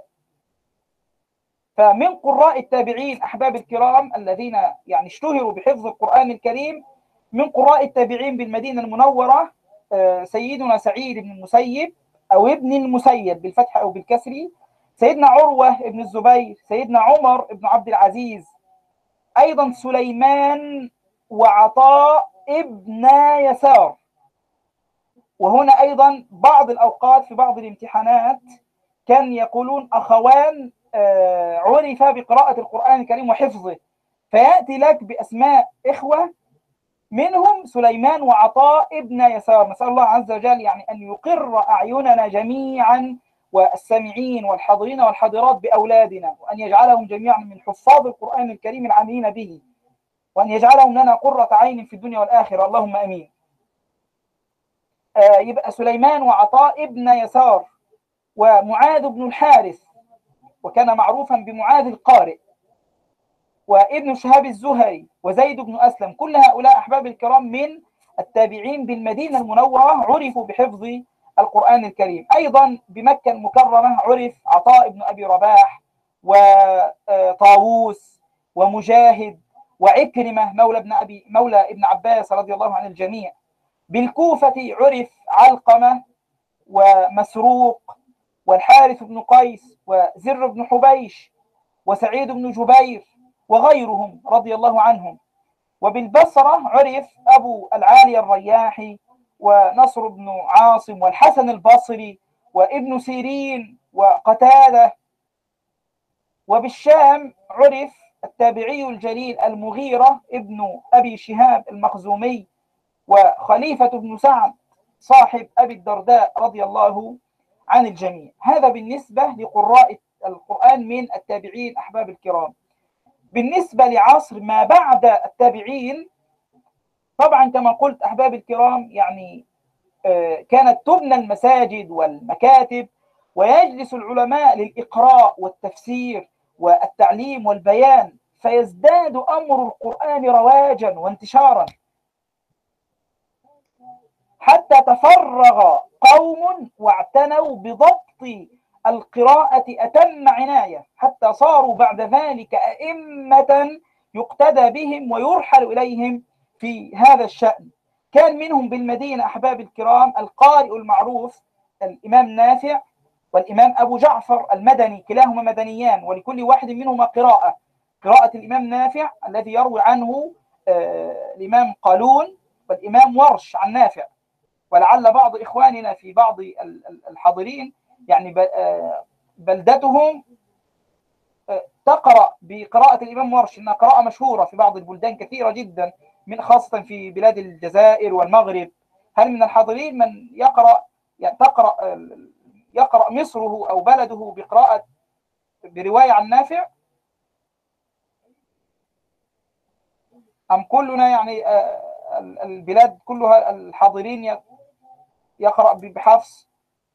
فمن قراء التابعين أحباب الكرام الذين يعني اشتهروا بحفظ القرآن الكريم، من قراء التابعين بالمدينة المنورة سيدنا سعيد بن المسيب أو ابن المسيب بالفتح أو بالكسر، سيدنا عروة ابن الزبير، سيدنا عمر ابن عبد العزيز، أيضا سليمان وعطاء ابن يسار. وهنا أيضا بعض الأوقات في بعض الامتحانات كان يقولون أخوان عرف بقراءة القرآن الكريم وحفظه، فيأتي لك بأسماء إخوة منهم سليمان وعطاء ابن يسار. نسأل الله عز وجل يعني أن يقر أعيننا جميعا والسامعين والحاضرين والحاضرات بأولادنا، وأن يجعلهم جميعا من حفاظ القرآن الكريم العاملين به، وأن يجعلهم لنا قرة عين في الدنيا والآخرة، اللهم أمين. آه يبقى سليمان وعطاء ابن يسار ومعاذ بن الحارث، وكان معروفا بمعاذ القارئ، وابن شهاب الزهري وزيد بن أسلم، كل هؤلاء أحباب الكرام من التابعين بالمدينة المنورة عرفوا بحفظ القرآن الكريم. أيضا بمكة المكرمة عرف عطاء بن أبي رباح وطاووس ومجاهد وعكرمة مولى ابن أبي مولى ابن عباس رضي الله عن الجميع. بالكوفة عرف علقمة ومسروق والحارث بن قيس وزر بن حبيش وسعيد بن جبير وغيرهم رضي الله عنهم. وبالبصرة عرف أبو العالي الرياحي ونصر بن عاصم والحسن البصري وابن سيرين وقتادة. وبالشام عرف التابعي الجليل المغيرة ابن أبي شهاب المخزومي وخليفة بن سعد صاحب أبي الدرداء رضي الله عن الجميع. هذا بالنسبة لقراء القرآن من التابعين أحباب الكرام. بالنسبة لعصر ما بعد التابعين، طبعا كما قلت أحباب الكرام يعني كانت تبنى المساجد والمكاتب ويجلس العلماء للإقراء والتفسير والتعليم والبيان، فيزداد أمر القرآن رواجا وانتشارا، حتى تفرغ قوم واعتنوا بضبط القراءة أتم عناية، حتى صاروا بعد ذلك أئمة يقتدى بهم ويرحل إليهم في هذا الشأن. كان منهم بالمدينة أحباب الكرام القارئ المعروف الإمام نافع والإمام أبو جعفر المدني، كلاهما مدنيان ولكل واحد منهما قراءة. قراءة الإمام نافع الذي يروي عنه آه الإمام قالون، والإمام ورش عن نافع، ولعل بعض إخواننا في بعض الحاضرين يعني بلدتهم تقرأ بقراءة الإمام ورش، إنها قراءة مشهورة في بعض البلدان كثيرة جدا، من خاصة في بلاد الجزائر والمغرب. هل من الحاضرين من يقرأ يعني تقرأ يقرأ مصره أو بلده بقراءة برواية عن نافع؟ أم كلنا يعني البلاد كلها الحاضرين يقرأ بحفص؟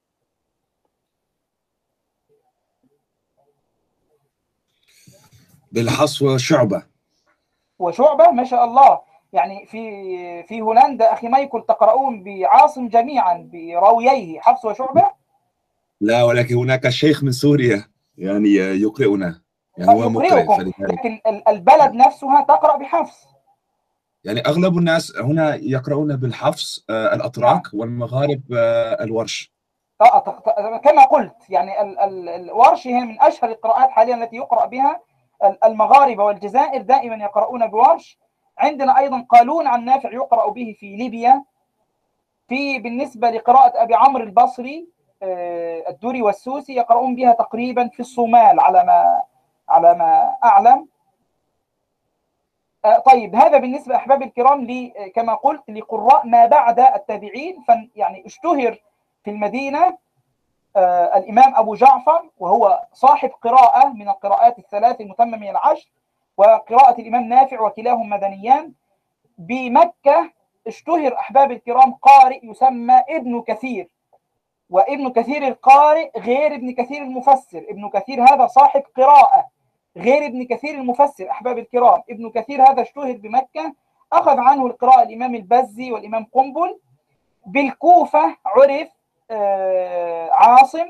بالحفص وشعبة. وشعبة ما شاء الله. يعني في في هولندا أخي مايكل تقرؤون بعاصم جميعا براوييه حفص وشعبة؟ لا، ولكن هناك شيخ من سوريا يعني يقرئنا، يعني هو مقرئ، يقرئكم، لكن البلد نفسها تقرأ بحفص. يعني أغلب الناس هنا يقرؤون بالحفص، آه الأتراك والمغارب آه الورش. كما قلت يعني ال ال الورش هي من أشهر القراءات حاليا التي يقرأ بها. المغاربة والجزائر دائما يقرؤون بورش. عندنا أيضا قالون عن نافع يقرأ به في ليبيا. في بالنسبة لقراءة أبي عمرو البصري الدوري والسوسي يقرؤون بها تقريبا في الصومال على ما على ما أعلم. طيب هذا بالنسبة أحباب الكرام لي كما قلت لقراء ما بعد التابعين. يعني اشتهر في المدينة الإمام أبو جعفر، وهو صاحب قراءة من القراءات الثلاث المتمة من العشر، وقراءة الإمام نافع، وكلاهم مدنيان. بمكة اشتهر أحباب الكرام قارئ يسمى ابن كثير، وابن كثير القارئ غير ابن كثير المفسر. ابن كثير هذا صاحب قراءة غير ابن كثير المفسر. أحباب الكرام ابن كثير هذا اشتهر بمكة، أخذ عنه القراءة الإمام البزي والإمام قنبل. بالكوفة عرف عاصم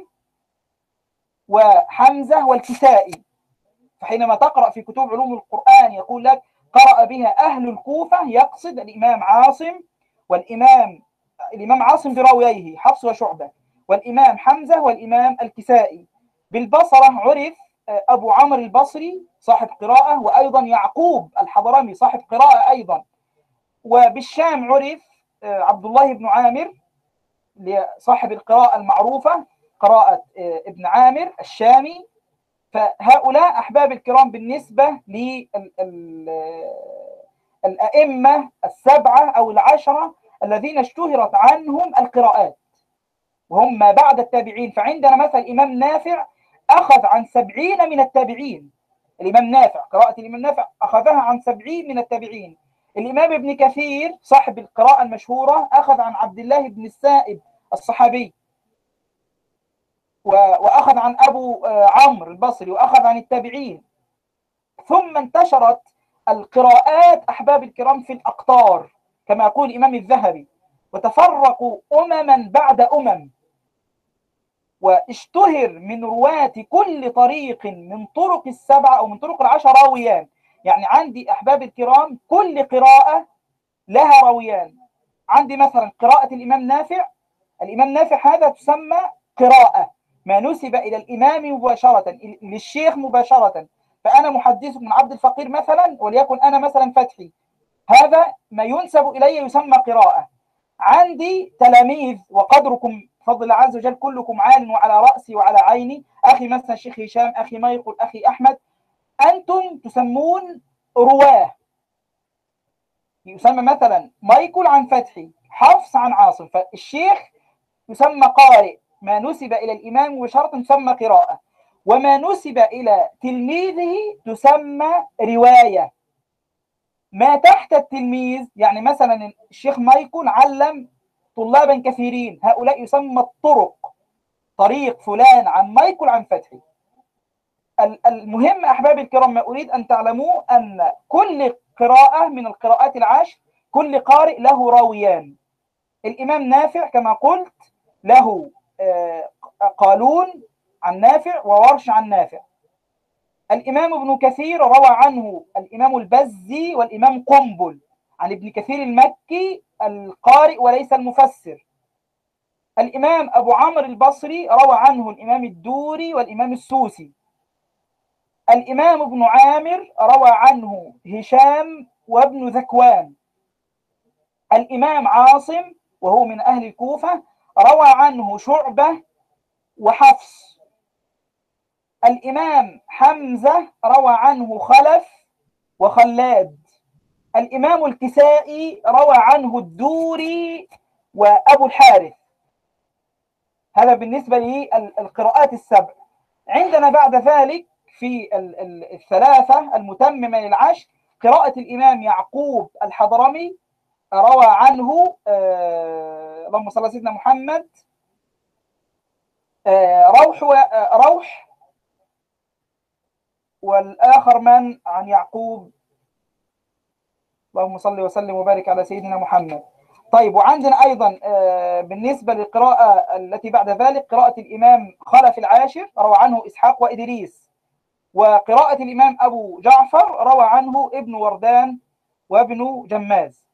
وحمزة والكسائي. فحينما تقرأ في كتب علوم القرآن يقول لك قرأ بها أهل الكوفة، يقصد الإمام عاصم والإمام الإمام عاصم براويه حفص وشعبة، والإمام حمزة والإمام الكسائي. بالبصرة عرف أبو عمرو البصري صاحب قراءة، وأيضا يعقوب الحضرمي صاحب قراءة أيضا. وبالشام عرف عبد الله بن عامر صاحب القراءة المعروفة، قراءة ابن عامر الشامي. فهؤلاء أحباب الكرام بالنسبة للأئمة السبعة أو العشرة الذين اشتهرت عنهم القراءات، وهم ما بعد التابعين. فعندنا مثل الإمام نافع أخذ عن سبعين من التابعين. الإمام نافع قراءة الإمام نافع أخذها عن سبعين من التابعين. الإمام ابن كثير صاحب القراءة المشهورة أخذ عن عبد الله بن السائب الصحابي، وأخذ عن أبو عمرو البصري، وأخذ عن التابعين. ثم انتشرت القراءات أحباب الكرام في الأقطار كما يقول الإمام الذهبي، وتفرقوا أمما بعد أمم، واشتهر من رواة كل طريق من طرق السبعة أو من طرق العشر راويان. يعني عندي أحباب الكرام كل قراءة لها راويان. عندي مثلا قراءة الإمام نافع، الإمام نافع هذا تسمى قراءة ما نسب إلى الإمام مباشرة، للشيخ مباشرة. فأنا محدثك من عبد الفقير مثلا، وليكن أنا مثلا فتحي، هذا ما ينسب إلي يسمى قراءة. عندي تلاميذ، وقدركم بفضل الله عز وجل كلكم عال وعلى رأسي وعلى عيني، أخي مثلا الشيخ هشام، أخي مايقل، أخي أحمد، أنتم تسمون رواه. يسمى مثلا مايكل عن فتحي، حفص عن عاصم. فالشيخ يسمى قارئ، ما نسب إلى الإمام مباشرة تسمى قراءة، وما نسب إلى تلميذه تسمى رواية. ما تحت التلميذ، يعني مثلا الشيخ مايكل علم طلابا كثيرين، هؤلاء يسمى الطرق، طريق فلان عن مايكل عن فتحي. المهم أحباب الكرام ما أريد أن تعلموا أن كل قراءة من القراءات العشر كل قارئ له راويان. الإمام نافع كما قلت له قالون عن نافع وورش عن نافع. الإمام ابن كثير روى عنه الإمام البزي والإمام قنبل عن ابن كثير المكي القارئ وليس المفسر. الإمام أبو عمرو البصري روى عنه الإمام الدوري والإمام السوسي. الإمام ابن عامر روى عنه هشام وابن ذكوان. الإمام عاصم وهو من أهل الكوفة، روى عنه شعبة وحفص. الإمام حمزة روى عنه خلف وخلاد. الإمام الكسائي روى عنه الدوري وأبو الحارث. هذا بالنسبة للقراءات السبع. عندنا بعد ذلك في الثلاثة المتممة للعشر قراءة الإمام يعقوب الحضرمي، روى عنه آه اللهم صل على سيدنا محمد آه روح آه روح والآخر من عن يعقوب، اللهم صل وسلم وبارك على سيدنا محمد. طيب، وعندنا أيضا آه بالنسبة للقراءة التي بعد ذلك قراءة الإمام خلف العاشر روى عنه إسحاق وإدريس، وقراءة الإمام أبو جعفر روى عنه ابن وردان وابن جماز.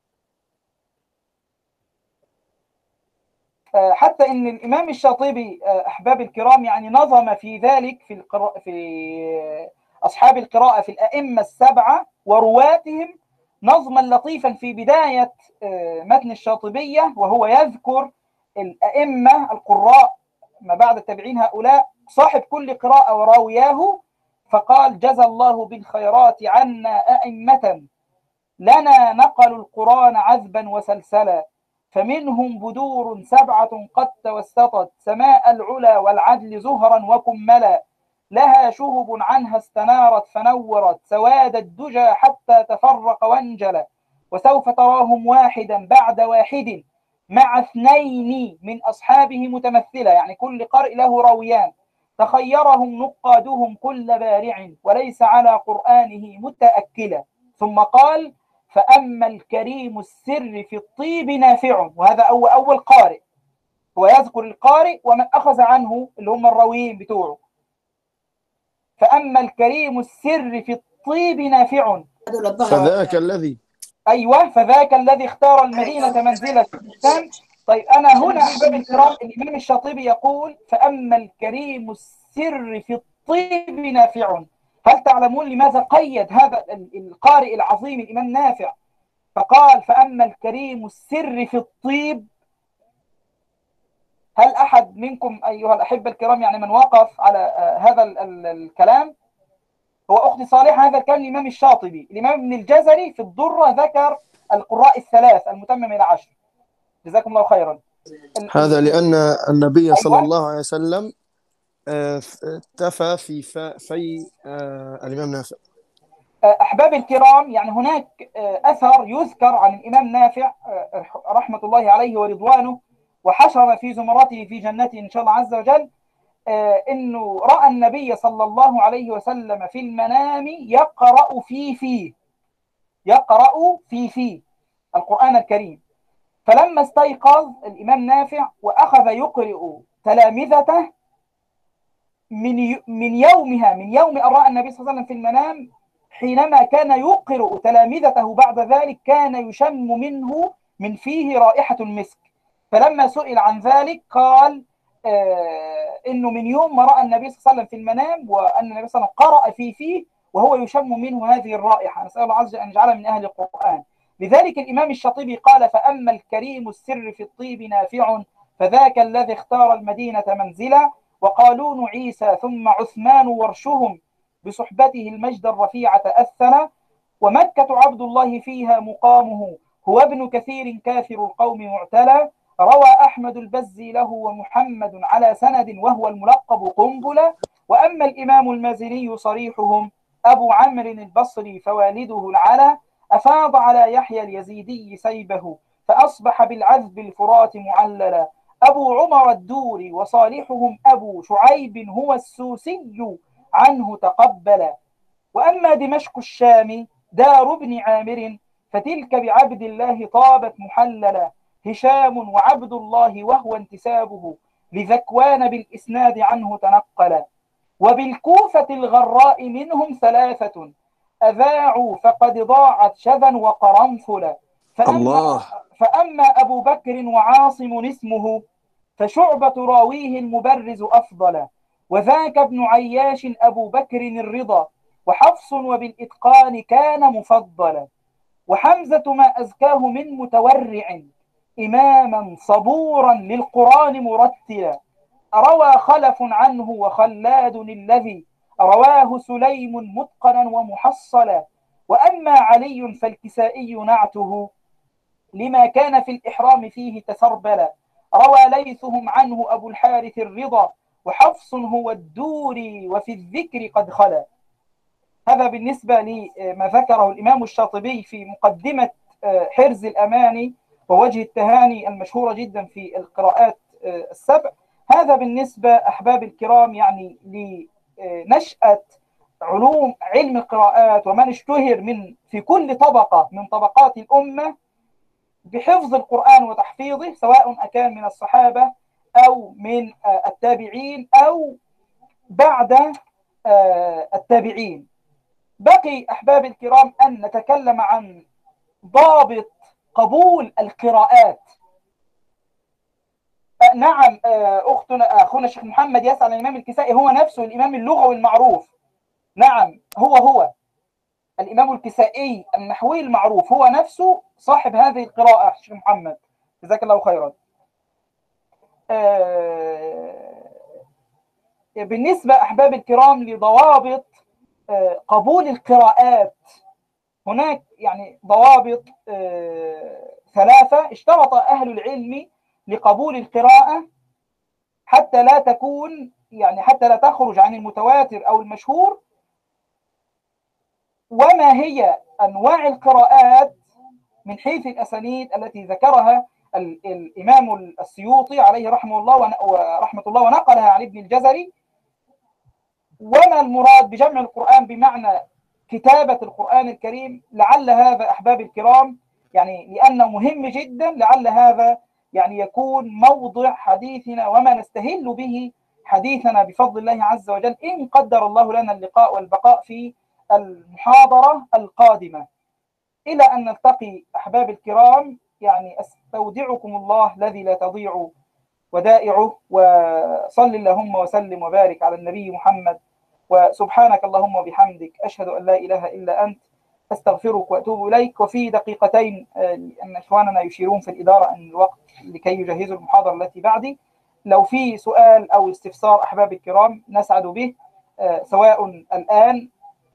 حتى إن الإمام الشاطبي أحباب الكرام يعني نظم في ذلك في القراءة في أصحاب القراءة في الأئمة السبعة ورواتهم نظما لطيفا في بداية متن الشاطبية، وهو يذكر الأئمة القراء ما بعد التابعين هؤلاء صاحب كل قراءة وراوياه، فقال: جزى الله بالخيرات عنا أئمة لنا نقلوا القرآن عذبا وسلسلا، فمنهم بدور سبعة قد توسطت سماء العلا والعدل زهرا وكملا، لها شهب عنها استنارت فنورت سواد الدجى حتى تفرق وانجلى، وسوف تراهم واحدا بعد واحد مع اثنين من أصحابه متمثلة، يعني كل قارئ له راويان، تخيرهم نقادهم كل بارع وليس على قرآنه متأكلا. ثم قال: فأما الكريم السر في الطيب نافع. وهذا أول, أول قارئ، هو يذكر القارئ ومن أخذ عنه اللي هم الراويين بتوعه. فأما الكريم السر في الطيب نافع. فذاك الذي أيوة، فذاك الذي اختار المدينة منزلة. طيب، أنا هنا أحباب الكرام الإمام الشاطبي يقول: فأما الكريم السر في الطيب نافع. هل تعلمون لماذا قيد هذا القارئ العظيم الإمام نافع فقال: فأما الكريم السر في الطيب؟ هل أحد منكم أيها الأحبة الكرام يعني من وقف على هذا الكلام؟ هو أختي صالحة، هذا كان الإمام الشاطبي. الإمام ابن الجزري في الدرة ذكر القراء الثلاث المتمم إلى عشر. جزاكم الله خيرا. هذا لأن النبي صلى الله عليه وسلم اكتفى في في الإمام نافع. أحباب الكرام، يعني هناك أثر يذكر عن الإمام نافع رحمة الله عليه ورضوانه وحشر في زمرته في جنته إن شاء الله عز وجل، إنه رأى النبي صلى الله عليه وسلم في المنام يقرأ في فيه يقرأ في فيه القرآن الكريم. فلما استيقظ الإمام نافع وأخذ يقرأ تلامذته من من يومها من يوم أن رأى النبي صلى الله عليه وسلم في المنام، حينما كان يقرأ تلامذته بعد ذلك كان يشم منه من فيه رائحة المسك. فلما سئل عن ذلك قال آه إنه من يوم ما رأى النبي صلى الله عليه وسلم في المنام وأن النبي صلى الله عليه وسلم قرأ في فيه وهو يشم منه هذه الرائحة. نسأل الله عز وجل أن يجعله من أهل القرآن. لذلك الإمام الشاطبي قال: فأما الكريم السر في الطيب نافع، فذاك الذي اختار المدينة منزلا، وقالون عيسى ثم عثمان ورشهم بصحبته المجد الرفيع تأثنا، ومكة عبد الله فيها مقامه، هو ابن كثير كافر القوم معتلى، روى أحمد البزي له ومحمد على سند وهو الملقب قنبلة، وأما الإمام المازني صريحهم أبو عمرو البصري فوالده العلا، أفاض على يحيى اليزيدي سيبه فأصبح بالعذب الفرات معللا، أبو عمر الدوري وصالحهم أبو شعيب هو السوسي عنه تقبلا، وأما دمشق الشام دار ابن عامر فتلك بعبد الله طابت محللا، هشام وعبد الله وهو انتسابه لذكوان بالإسناد عنه تنقلا، وبالكوفة الغراء منهم ثلاثة أذاعوا فقد ضاعت شذا وقرنفلا، فأما, فأما أبو بكر وعاصم اسمه فشعبة راويه المبرز أفضل، وذاك ابن عياش أبو بكر الرضا، وحفص وبالإتقان كان مفضلا، وحمزة ما أزكاه من متورع إماما صبورا للقرآن مرتلا، روى خلف عنه وخلاد الذي رواه سليم متقنا ومحصلا، وأما علي فالكسائي نعته لما كان في الإحرام فيه تسربلا، روى ليثهم عنه أبو الحارث الرضا، وحفص هو الدوري وفي الذكر قد خلا. هذا بالنسبة لما ذكره الإمام الشاطبي في مقدمة حرز الأماني ووجه التهاني المشهورة جدا في القراءات السبع. هذا بالنسبة أحباب الكرام يعني لنشأة علوم علم القراءات، ومن اشتهر من في كل طبقة من طبقات الأمة بحفظ القرآن وتحفيظه، سواء أكان من الصحابة أو من التابعين أو بعد التابعين. بقي أحباب الكرام أن نتكلم عن ضابط قبول القراءات. نعم أختنا أخونا الشيخ محمد يسأل الإمام الكسائي هو نفسه الإمام اللغوي المعروف. نعم هو هو الإمام الكسائي النحوي المعروف، هو نفسه صاحب هذه القراءة. الشيخ محمد جزاك الله خيرا. بالنسبة أحباب الكرام لضوابط قبول القراءات، هناك يعني ضوابط ثلاثة اشترط أهل العلم لقبول القراءة حتى لا تكون يعني حتى لا تخرج عن المتواتر أو المشهور. وما هي أنواع القراءات من حيث الأسانيد التي ذكرها الإمام السيوطي عليه رحمه الله ورحمة الله ونقلها عن ابن الجزري. وما المراد بجمع القرآن بمعنى كتابة القرآن الكريم. لعل هذا أحباب الكرام يعني لأنه مهم جدا، لعل هذا يعني يكون موضع حديثنا وما نستهل به حديثنا بفضل الله عز وجل، إن قدر الله لنا اللقاء والبقاء في المحاضرة القادمة. إلى أن نلتقي أحباب الكرام، يعني أستودعكم الله الذي لا تضيع ودائعه، وصل اللهم وسلم وبارك على النبي محمد، وسبحانك اللهم وبحمدك أشهد أن لا إله إلا أنت أستغفرك وأتوب إليك. وفي دقيقتين أن إخواننا يشيرون في الإدارة أن الوقت لكي يجهزوا المحاضرة التي بعدي. لو في سؤال أو استفسار أحباب الكرام نسعد به، سواء الآن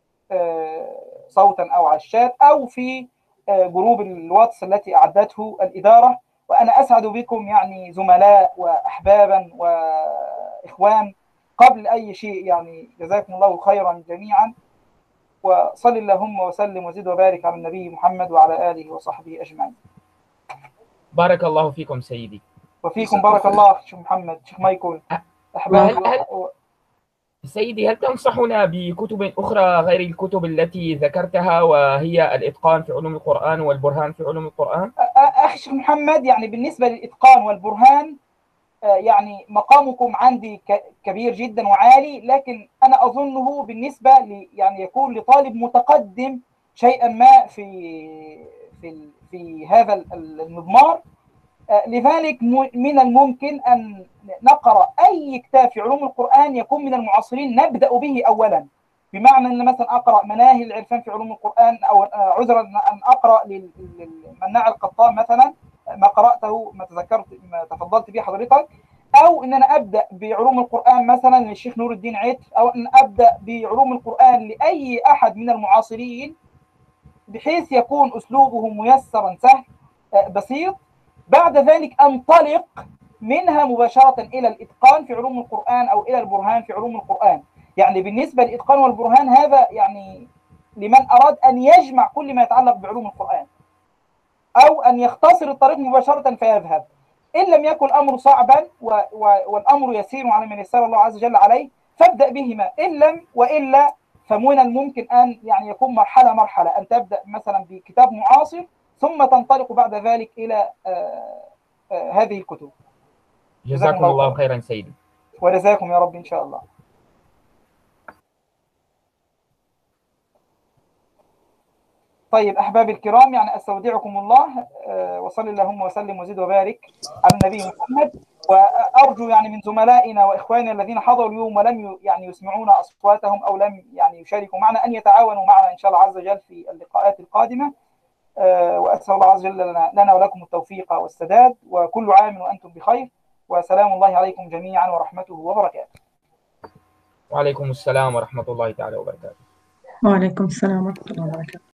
صوتا أو على الشات أو في جروب الواتس التي أعدته الإدارة. وأنا أسعد بكم يعني زملاء وأحبابا وإخوان قبل أي شيء، يعني جزاكم الله خيرا جميعا، وصل اللهم وسلم وزد وبارك على النبي محمد وعلى آله وصحبه أجمعين. بارك الله فيكم سيدي. وفيكم بارك الله شيخ محمد. شيخ مايكل هل هل سيدي هل تنصحنا بكتب أخرى غير الكتب التي ذكرتها وهي الإتقان في علوم القرآن والبرهان في علوم القرآن؟ أخي شيخ محمد يعني بالنسبة للإتقان والبرهان يعني مقامكم عندي كبير جدا وعالي، لكن أنا أظنه بالنسبة ل يعني يكون لطالب متقدم شيئا ما في في في هذا المضمار. لذلك من الممكن أن نقرأ أي كتاب في علوم القرآن يكون من المعاصرين نبدأ به أولا، بمعنى أن مثلا أقرأ مناهل العرفان في علوم القرآن، أو عذرا أن أقرأ للمناع القطان مثلا ما قرأته ما تذكرت ما تفضلت به حضرتك، أو أن أنا أبدأ بعلوم القرآن مثلا للشيخ نور الدين عتر، أو أن أبدأ بعلوم القرآن لأي أحد من المعاصرين، بحيث يكون أسلوبه ميسرا سهل بسيط. بعد ذلك أنطلق منها مباشرة إلى الإتقان في علوم القرآن أو إلى البرهان في علوم القرآن. يعني بالنسبة للإتقان والبرهان هذا يعني لمن أراد أن يجمع كل ما يتعلق بعلوم القرآن، أو أن يختصر الطريق مباشرة فيذهب. إن لم يكن الأمر صعبا والأمر يسير على من يسر الله عز وجل عليه فابدأ بهما، إن لم وإلا فمن الممكن أن يعني يكون مرحلة مرحلة، أن تبدأ مثلا بكتاب معاصر ثم تنطلق بعد ذلك إلى آآ آآ هذه الكتب. جزاكم الله خيرا سيدي. وجزاكم يا رب إن شاء الله. طيب أحبابي الكرام يعني أستودعكم الله، وصلي اللهم وسلم وزد وبارك على النبي محمد. وأرجو يعني من زملائنا وإخواننا الذين حضروا اليوم ولم يعني يسمعونا أصواتهم أو لم يعني يشاركوا معنا أن يتعاونوا معنا إن شاء الله عز وجل في اللقاءات القادمة. وأسأل الله عز وجل لنا ولكم التوفيق والسداد، وكل عام وأنتم بخير، وسلام الله عليكم جميعا ورحمته وبركاته. وعليكم السلام ورحمة الله تعالى وبركاته. وعليكم السلام ورحمة الله وبركاته.